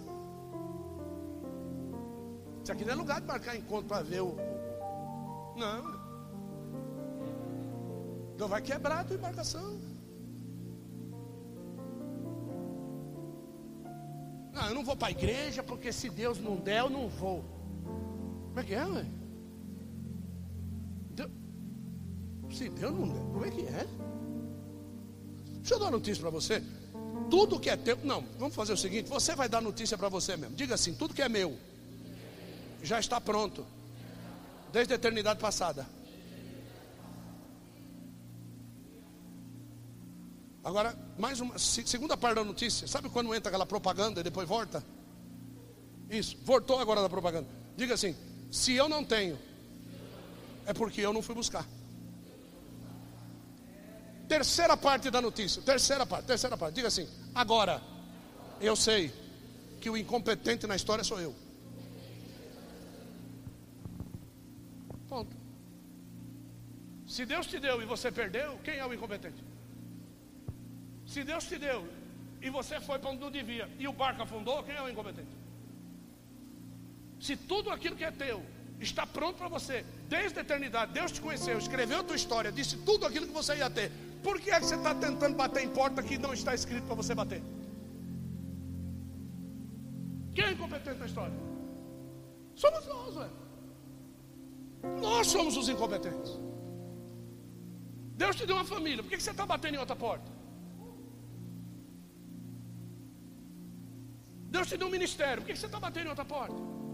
Isso aqui não é lugar de marcar encontro para ver o... Não. Deus vai quebrar a tua embarcação. Não, eu não vou para a igreja porque se Deus não der, eu não vou. Como é que é, ué? Se Deus não der, como é que é? Deixa eu dar uma notícia para você. Tudo que é teu. Não, vamos fazer o seguinte: você vai dar notícia para você mesmo. Diga assim: tudo que é meu já está pronto desde a eternidade passada. Agora, mais uma segunda parte da notícia. Sabe quando entra aquela propaganda e depois volta? Isso, voltou agora da propaganda. Diga assim: se eu não tenho, é porque eu não fui buscar. Terceira parte da notícia. Terceira parte. Diga assim: agora eu sei que o incompetente na história sou eu. Ponto. Se Deus te deu e você perdeu, quem é o incompetente? Se Deus te deu e você foi para onde não devia e o barco afundou, quem é o incompetente? Se tudo aquilo que é teu está pronto para você desde a eternidade, Deus te conheceu, escreveu a tua história, disse tudo aquilo que você ia ter, por que é que você está tentando bater em porta que não está escrito para você bater? Quem é incompetente na história? Somos nós, velho. Nós somos os incompetentes. Deus te deu uma família, por que você está batendo em outra porta? Deus te deu um ministério, por que você está batendo em outra porta?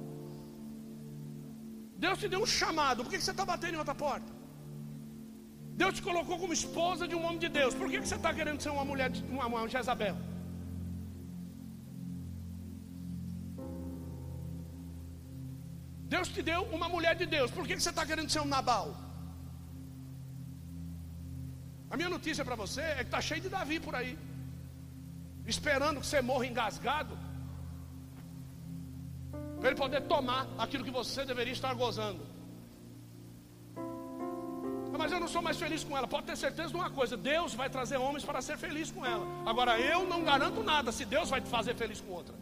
Deus te deu um chamado, por que você está batendo em outra porta? Deus te colocou como esposa de um homem de Deus, por que você está querendo ser uma mulher, uma Jezabel? Deus te deu uma mulher de Deus. Por que você está querendo ser um Nabal? A minha notícia para você é que está cheio de Davi por aí, esperando que você morra engasgado, para ele poder tomar aquilo que você deveria estar gozando. Mas eu não sou mais feliz com ela. Pode ter certeza de uma coisa: Deus vai trazer homens para ser feliz com ela. Agora eu não garanto nada se Deus vai te fazer feliz com outra.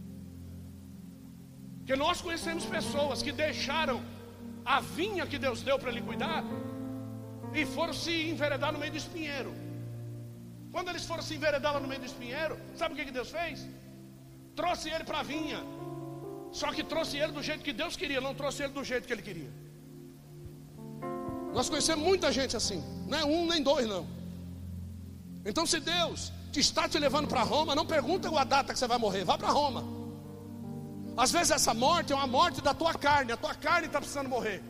Porque nós conhecemos pessoas que deixaram a vinha que Deus deu para ele cuidar e foram se enveredar no meio do espinheiro. Quando eles foram se enveredar lá no meio do espinheiro, sabe o que Deus fez? Trouxe ele para a vinha. Só que trouxe ele do jeito que Deus queria, não trouxe ele do jeito que ele queria. Nós conhecemos muita gente assim. Não é um nem dois não. Então se Deus está te levando para Roma, não pergunta a data que você vai morrer. Vá para Roma. Às vezes essa morte é uma morte da tua carne. A tua carne está precisando morrer.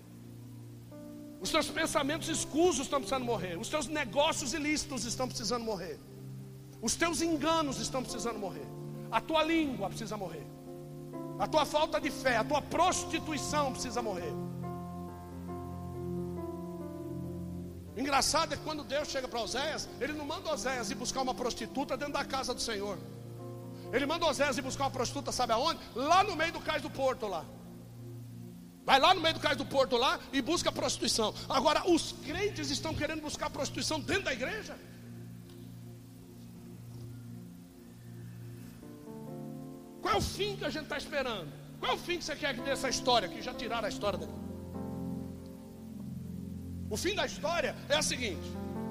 Os teus pensamentos escusos estão precisando morrer. Os teus negócios ilícitos estão precisando morrer. Os teus enganos estão precisando morrer. A tua língua precisa morrer. A tua falta de fé, a tua prostituição precisa morrer. O engraçado é que quando Deus chega para Oséias, Ele não manda Oséias ir buscar uma prostituta dentro da casa do Senhor. Ele manda Oséias ir buscar uma prostituta, sabe aonde? Lá no meio do cais do porto lá. Vai lá no meio do cais do porto lá e busca prostituição. Agora os crentes estão querendo buscar prostituição dentro da igreja. Qual é o fim que a gente está esperando? Qual é o fim que você quer que dê essa história? Que já tiraram a história daqui. O fim da história é o seguinte: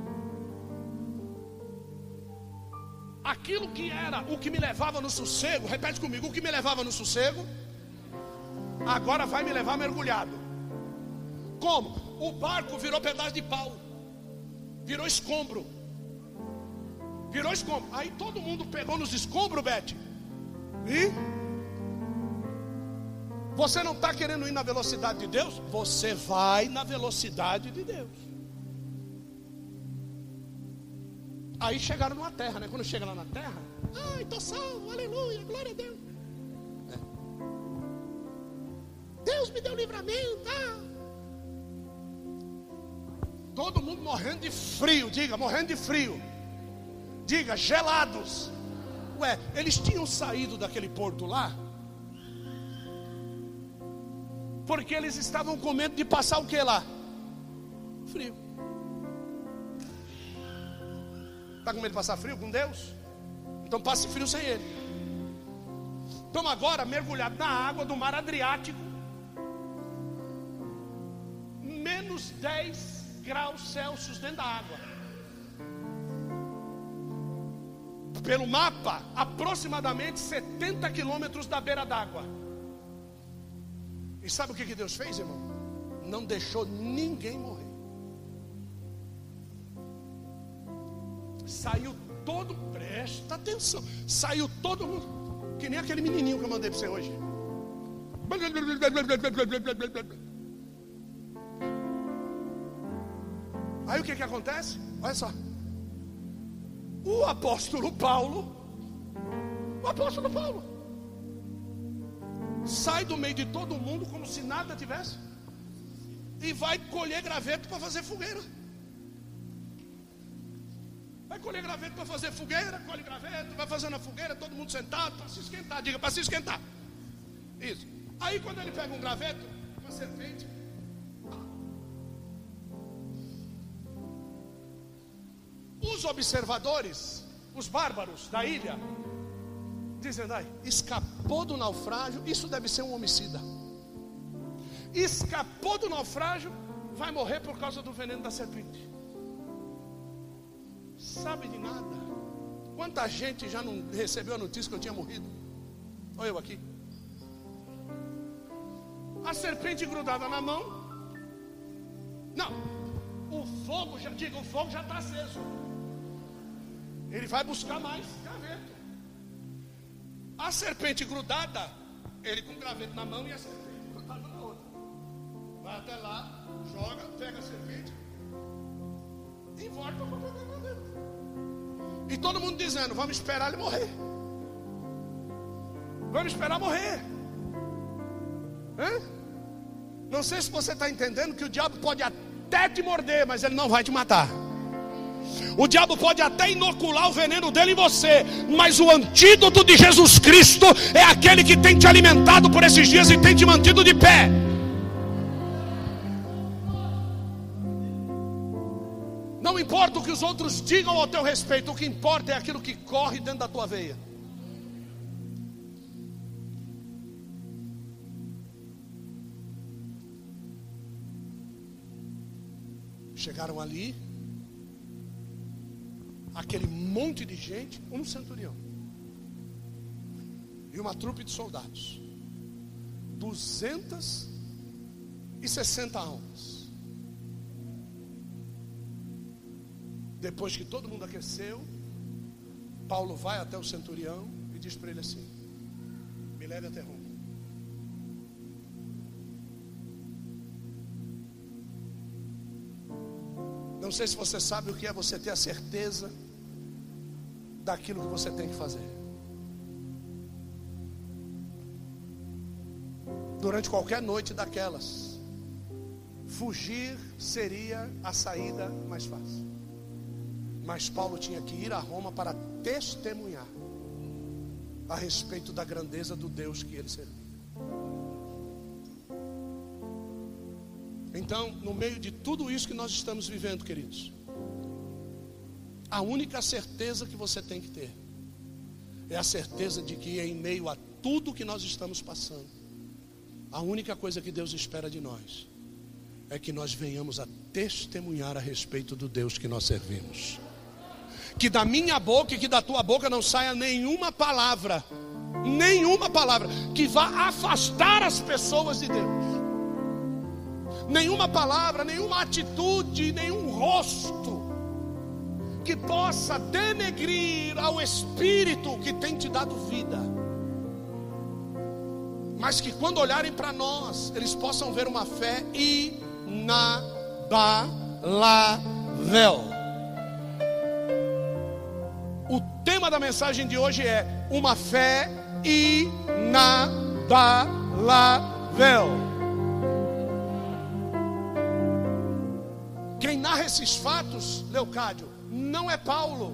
aquilo que era o que me levava no sossego, repete comigo, o que me levava no sossego, agora vai me levar mergulhado. Como? O barco virou pedaço de pau, virou escombro. Virou escombro. Aí todo mundo pegou nos escombros, Bete. E você não está querendo ir na velocidade de Deus? Você vai na velocidade de Deus. Aí chegaram numa terra, né? Quando chega lá na terra, ai, estou salvo, aleluia, glória a Deus. Deus me deu livramento. Todo mundo morrendo de frio, diga, morrendo de frio. Diga, gelados. Ué, eles tinham saído daquele porto lá porque eles estavam com medo de passar o que lá? Frio. Está com medo de passar frio com Deus? Então passe frio sem Ele. Então agora mergulhado na água do mar Adriático, menos 10 graus Celsius dentro da água. Pelo mapa, aproximadamente 70 quilômetros da beira d'água. E sabe o que Deus fez, irmão? Não deixou ninguém morrer. Saiu todo, presta atenção, saiu todo mundo, que nem aquele menininho que eu mandei para você hoje. Aí o que acontece? Olha só. O apóstolo Paulo sai do meio de todo mundo como se nada tivesse e vai colher graveto para fazer fogueira. Vai colher graveto para fazer fogueira, colhe graveto, vai fazendo a fogueira, todo mundo sentado para se esquentar, diga, para se esquentar. Isso. Aí quando ele pega um graveto, uma serpente, os observadores, os bárbaros da ilha, dizendo, ai, escapou do naufrágio, isso deve ser um homicida. Escapou do naufrágio, vai morrer por causa do veneno da serpente. Sabe de nada. Quanta gente já não recebeu a notícia que eu tinha morrido? Olha eu aqui. A serpente grudada na mão. Não, o fogo já está aceso. Ele vai buscar mais graveto. A serpente grudada, ele com graveto na mão e a serpente grudada na outra. Vai até lá, joga, pega a serpente e volta para pegar o graveto. E todo mundo dizendo, vamos esperar ele morrer. Vamos esperar morrer. Não sei se você está entendendo que o diabo pode até te morder, mas ele não vai te matar. O diabo pode até inocular o veneno dele em você, mas o antídoto de Jesus Cristo é aquele que tem te alimentado por esses dias e tem te mantido de pé. Não importa o que os outros digam ao teu respeito, o que importa é aquilo que corre dentro da tua veia. Chegaram ali, aquele monte de gente, um centurião e uma trupe de soldados, 260 almas. Depois que todo mundo aqueceu, Paulo vai até o centurião e diz para ele assim: me leve até Roma. Não sei se você sabe o que é você ter a certeza daquilo que você tem que fazer. Durante qualquer noite daquelas, fugir seria a saída mais fácil. Mas Paulo tinha que ir a Roma para testemunhar a respeito da grandeza do Deus que ele servia. Então, no meio de tudo isso que nós estamos vivendo, queridos, a única certeza que você tem que ter é a certeza de que em meio a tudo que nós estamos passando, a única coisa que Deus espera de nós é que nós venhamos a testemunhar a respeito do Deus que nós servimos. Que da minha boca e que da tua boca não saia nenhuma palavra que vá afastar as pessoas de Deus. Nenhuma palavra, nenhuma atitude, nenhum rosto que possa denegrir ao Espírito que tem te dado vida. Mas que quando olharem para nós, eles possam ver uma fé inabalável. O tema da mensagem de hoje é uma fé inabalável. Quem narra esses fatos, Leocádio, não é Paulo,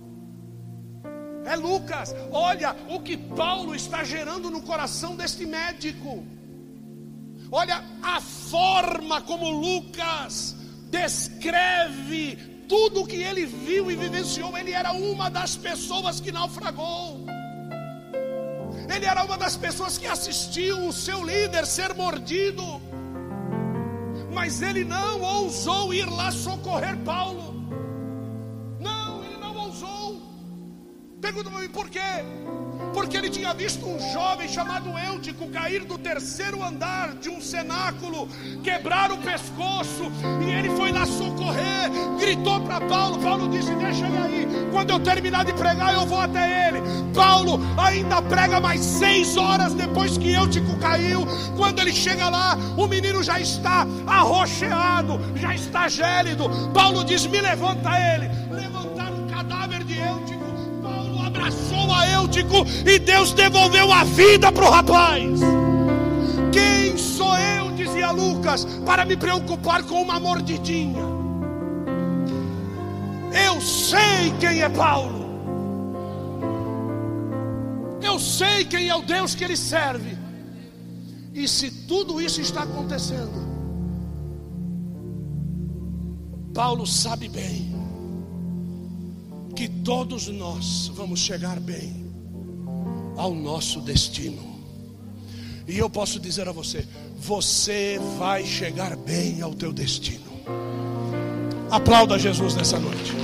é Lucas. Olha o que Paulo está gerando no coração deste médico. Olha a forma como Lucas descreve tudo o que ele viu e vivenciou. Ele era uma das pessoas que naufragou. Ele era uma das pessoas que assistiu o seu líder ser mordido. Mas ele não ousou ir lá socorrer Paulo. Não, ele não ousou. Pergunta para mim por quê? Porque ele tinha visto um jovem chamado Eutico cair do 3º andar de um cenáculo, quebrar o pescoço, e ele foi lá socorrer, gritou para Paulo. Paulo disse: deixa ele aí, quando eu terminar de pregar eu vou até ele. Paulo ainda prega mais 6 horas depois que Eutico caiu. Quando ele chega lá, o menino já está arroxeado, já está gélido. Paulo diz: me levanta ele. Levantaram o cadáver de Eutico. Abraçou a Eutico e Deus devolveu a vida para o rapaz. Quem sou eu, dizia Lucas, para me preocupar com uma mordidinha? Eu sei quem é Paulo. Eu sei quem é o Deus que ele serve. E se tudo isso está acontecendo, Paulo sabe bem que todos nós vamos chegar bem ao nosso destino. E eu posso dizer a você: você vai chegar bem ao teu destino. Aplauda Jesus nessa noite.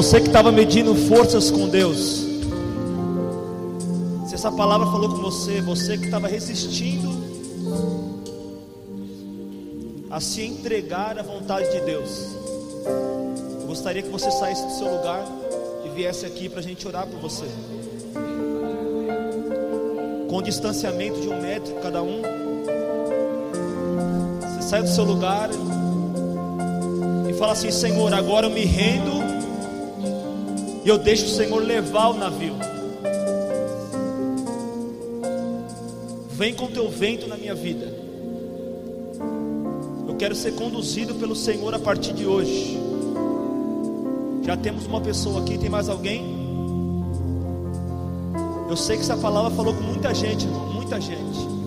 Você que estava medindo forças com Deus, se essa palavra falou com você, você que estava resistindo a se entregar à vontade de Deus, eu gostaria que você saísse do seu lugar e viesse aqui para a gente orar por você, com distanciamento de 1 metro cada um. Você sai do seu lugar e fala assim: Senhor, agora eu me rendo e eu deixo o Senhor levar o navio. Vem com teu vento na minha vida. Eu quero ser conduzido pelo Senhor a partir de hoje. Já temos uma pessoa aqui, tem mais alguém? Eu sei que essa palavra falou com muita gente, irmão, muita gente.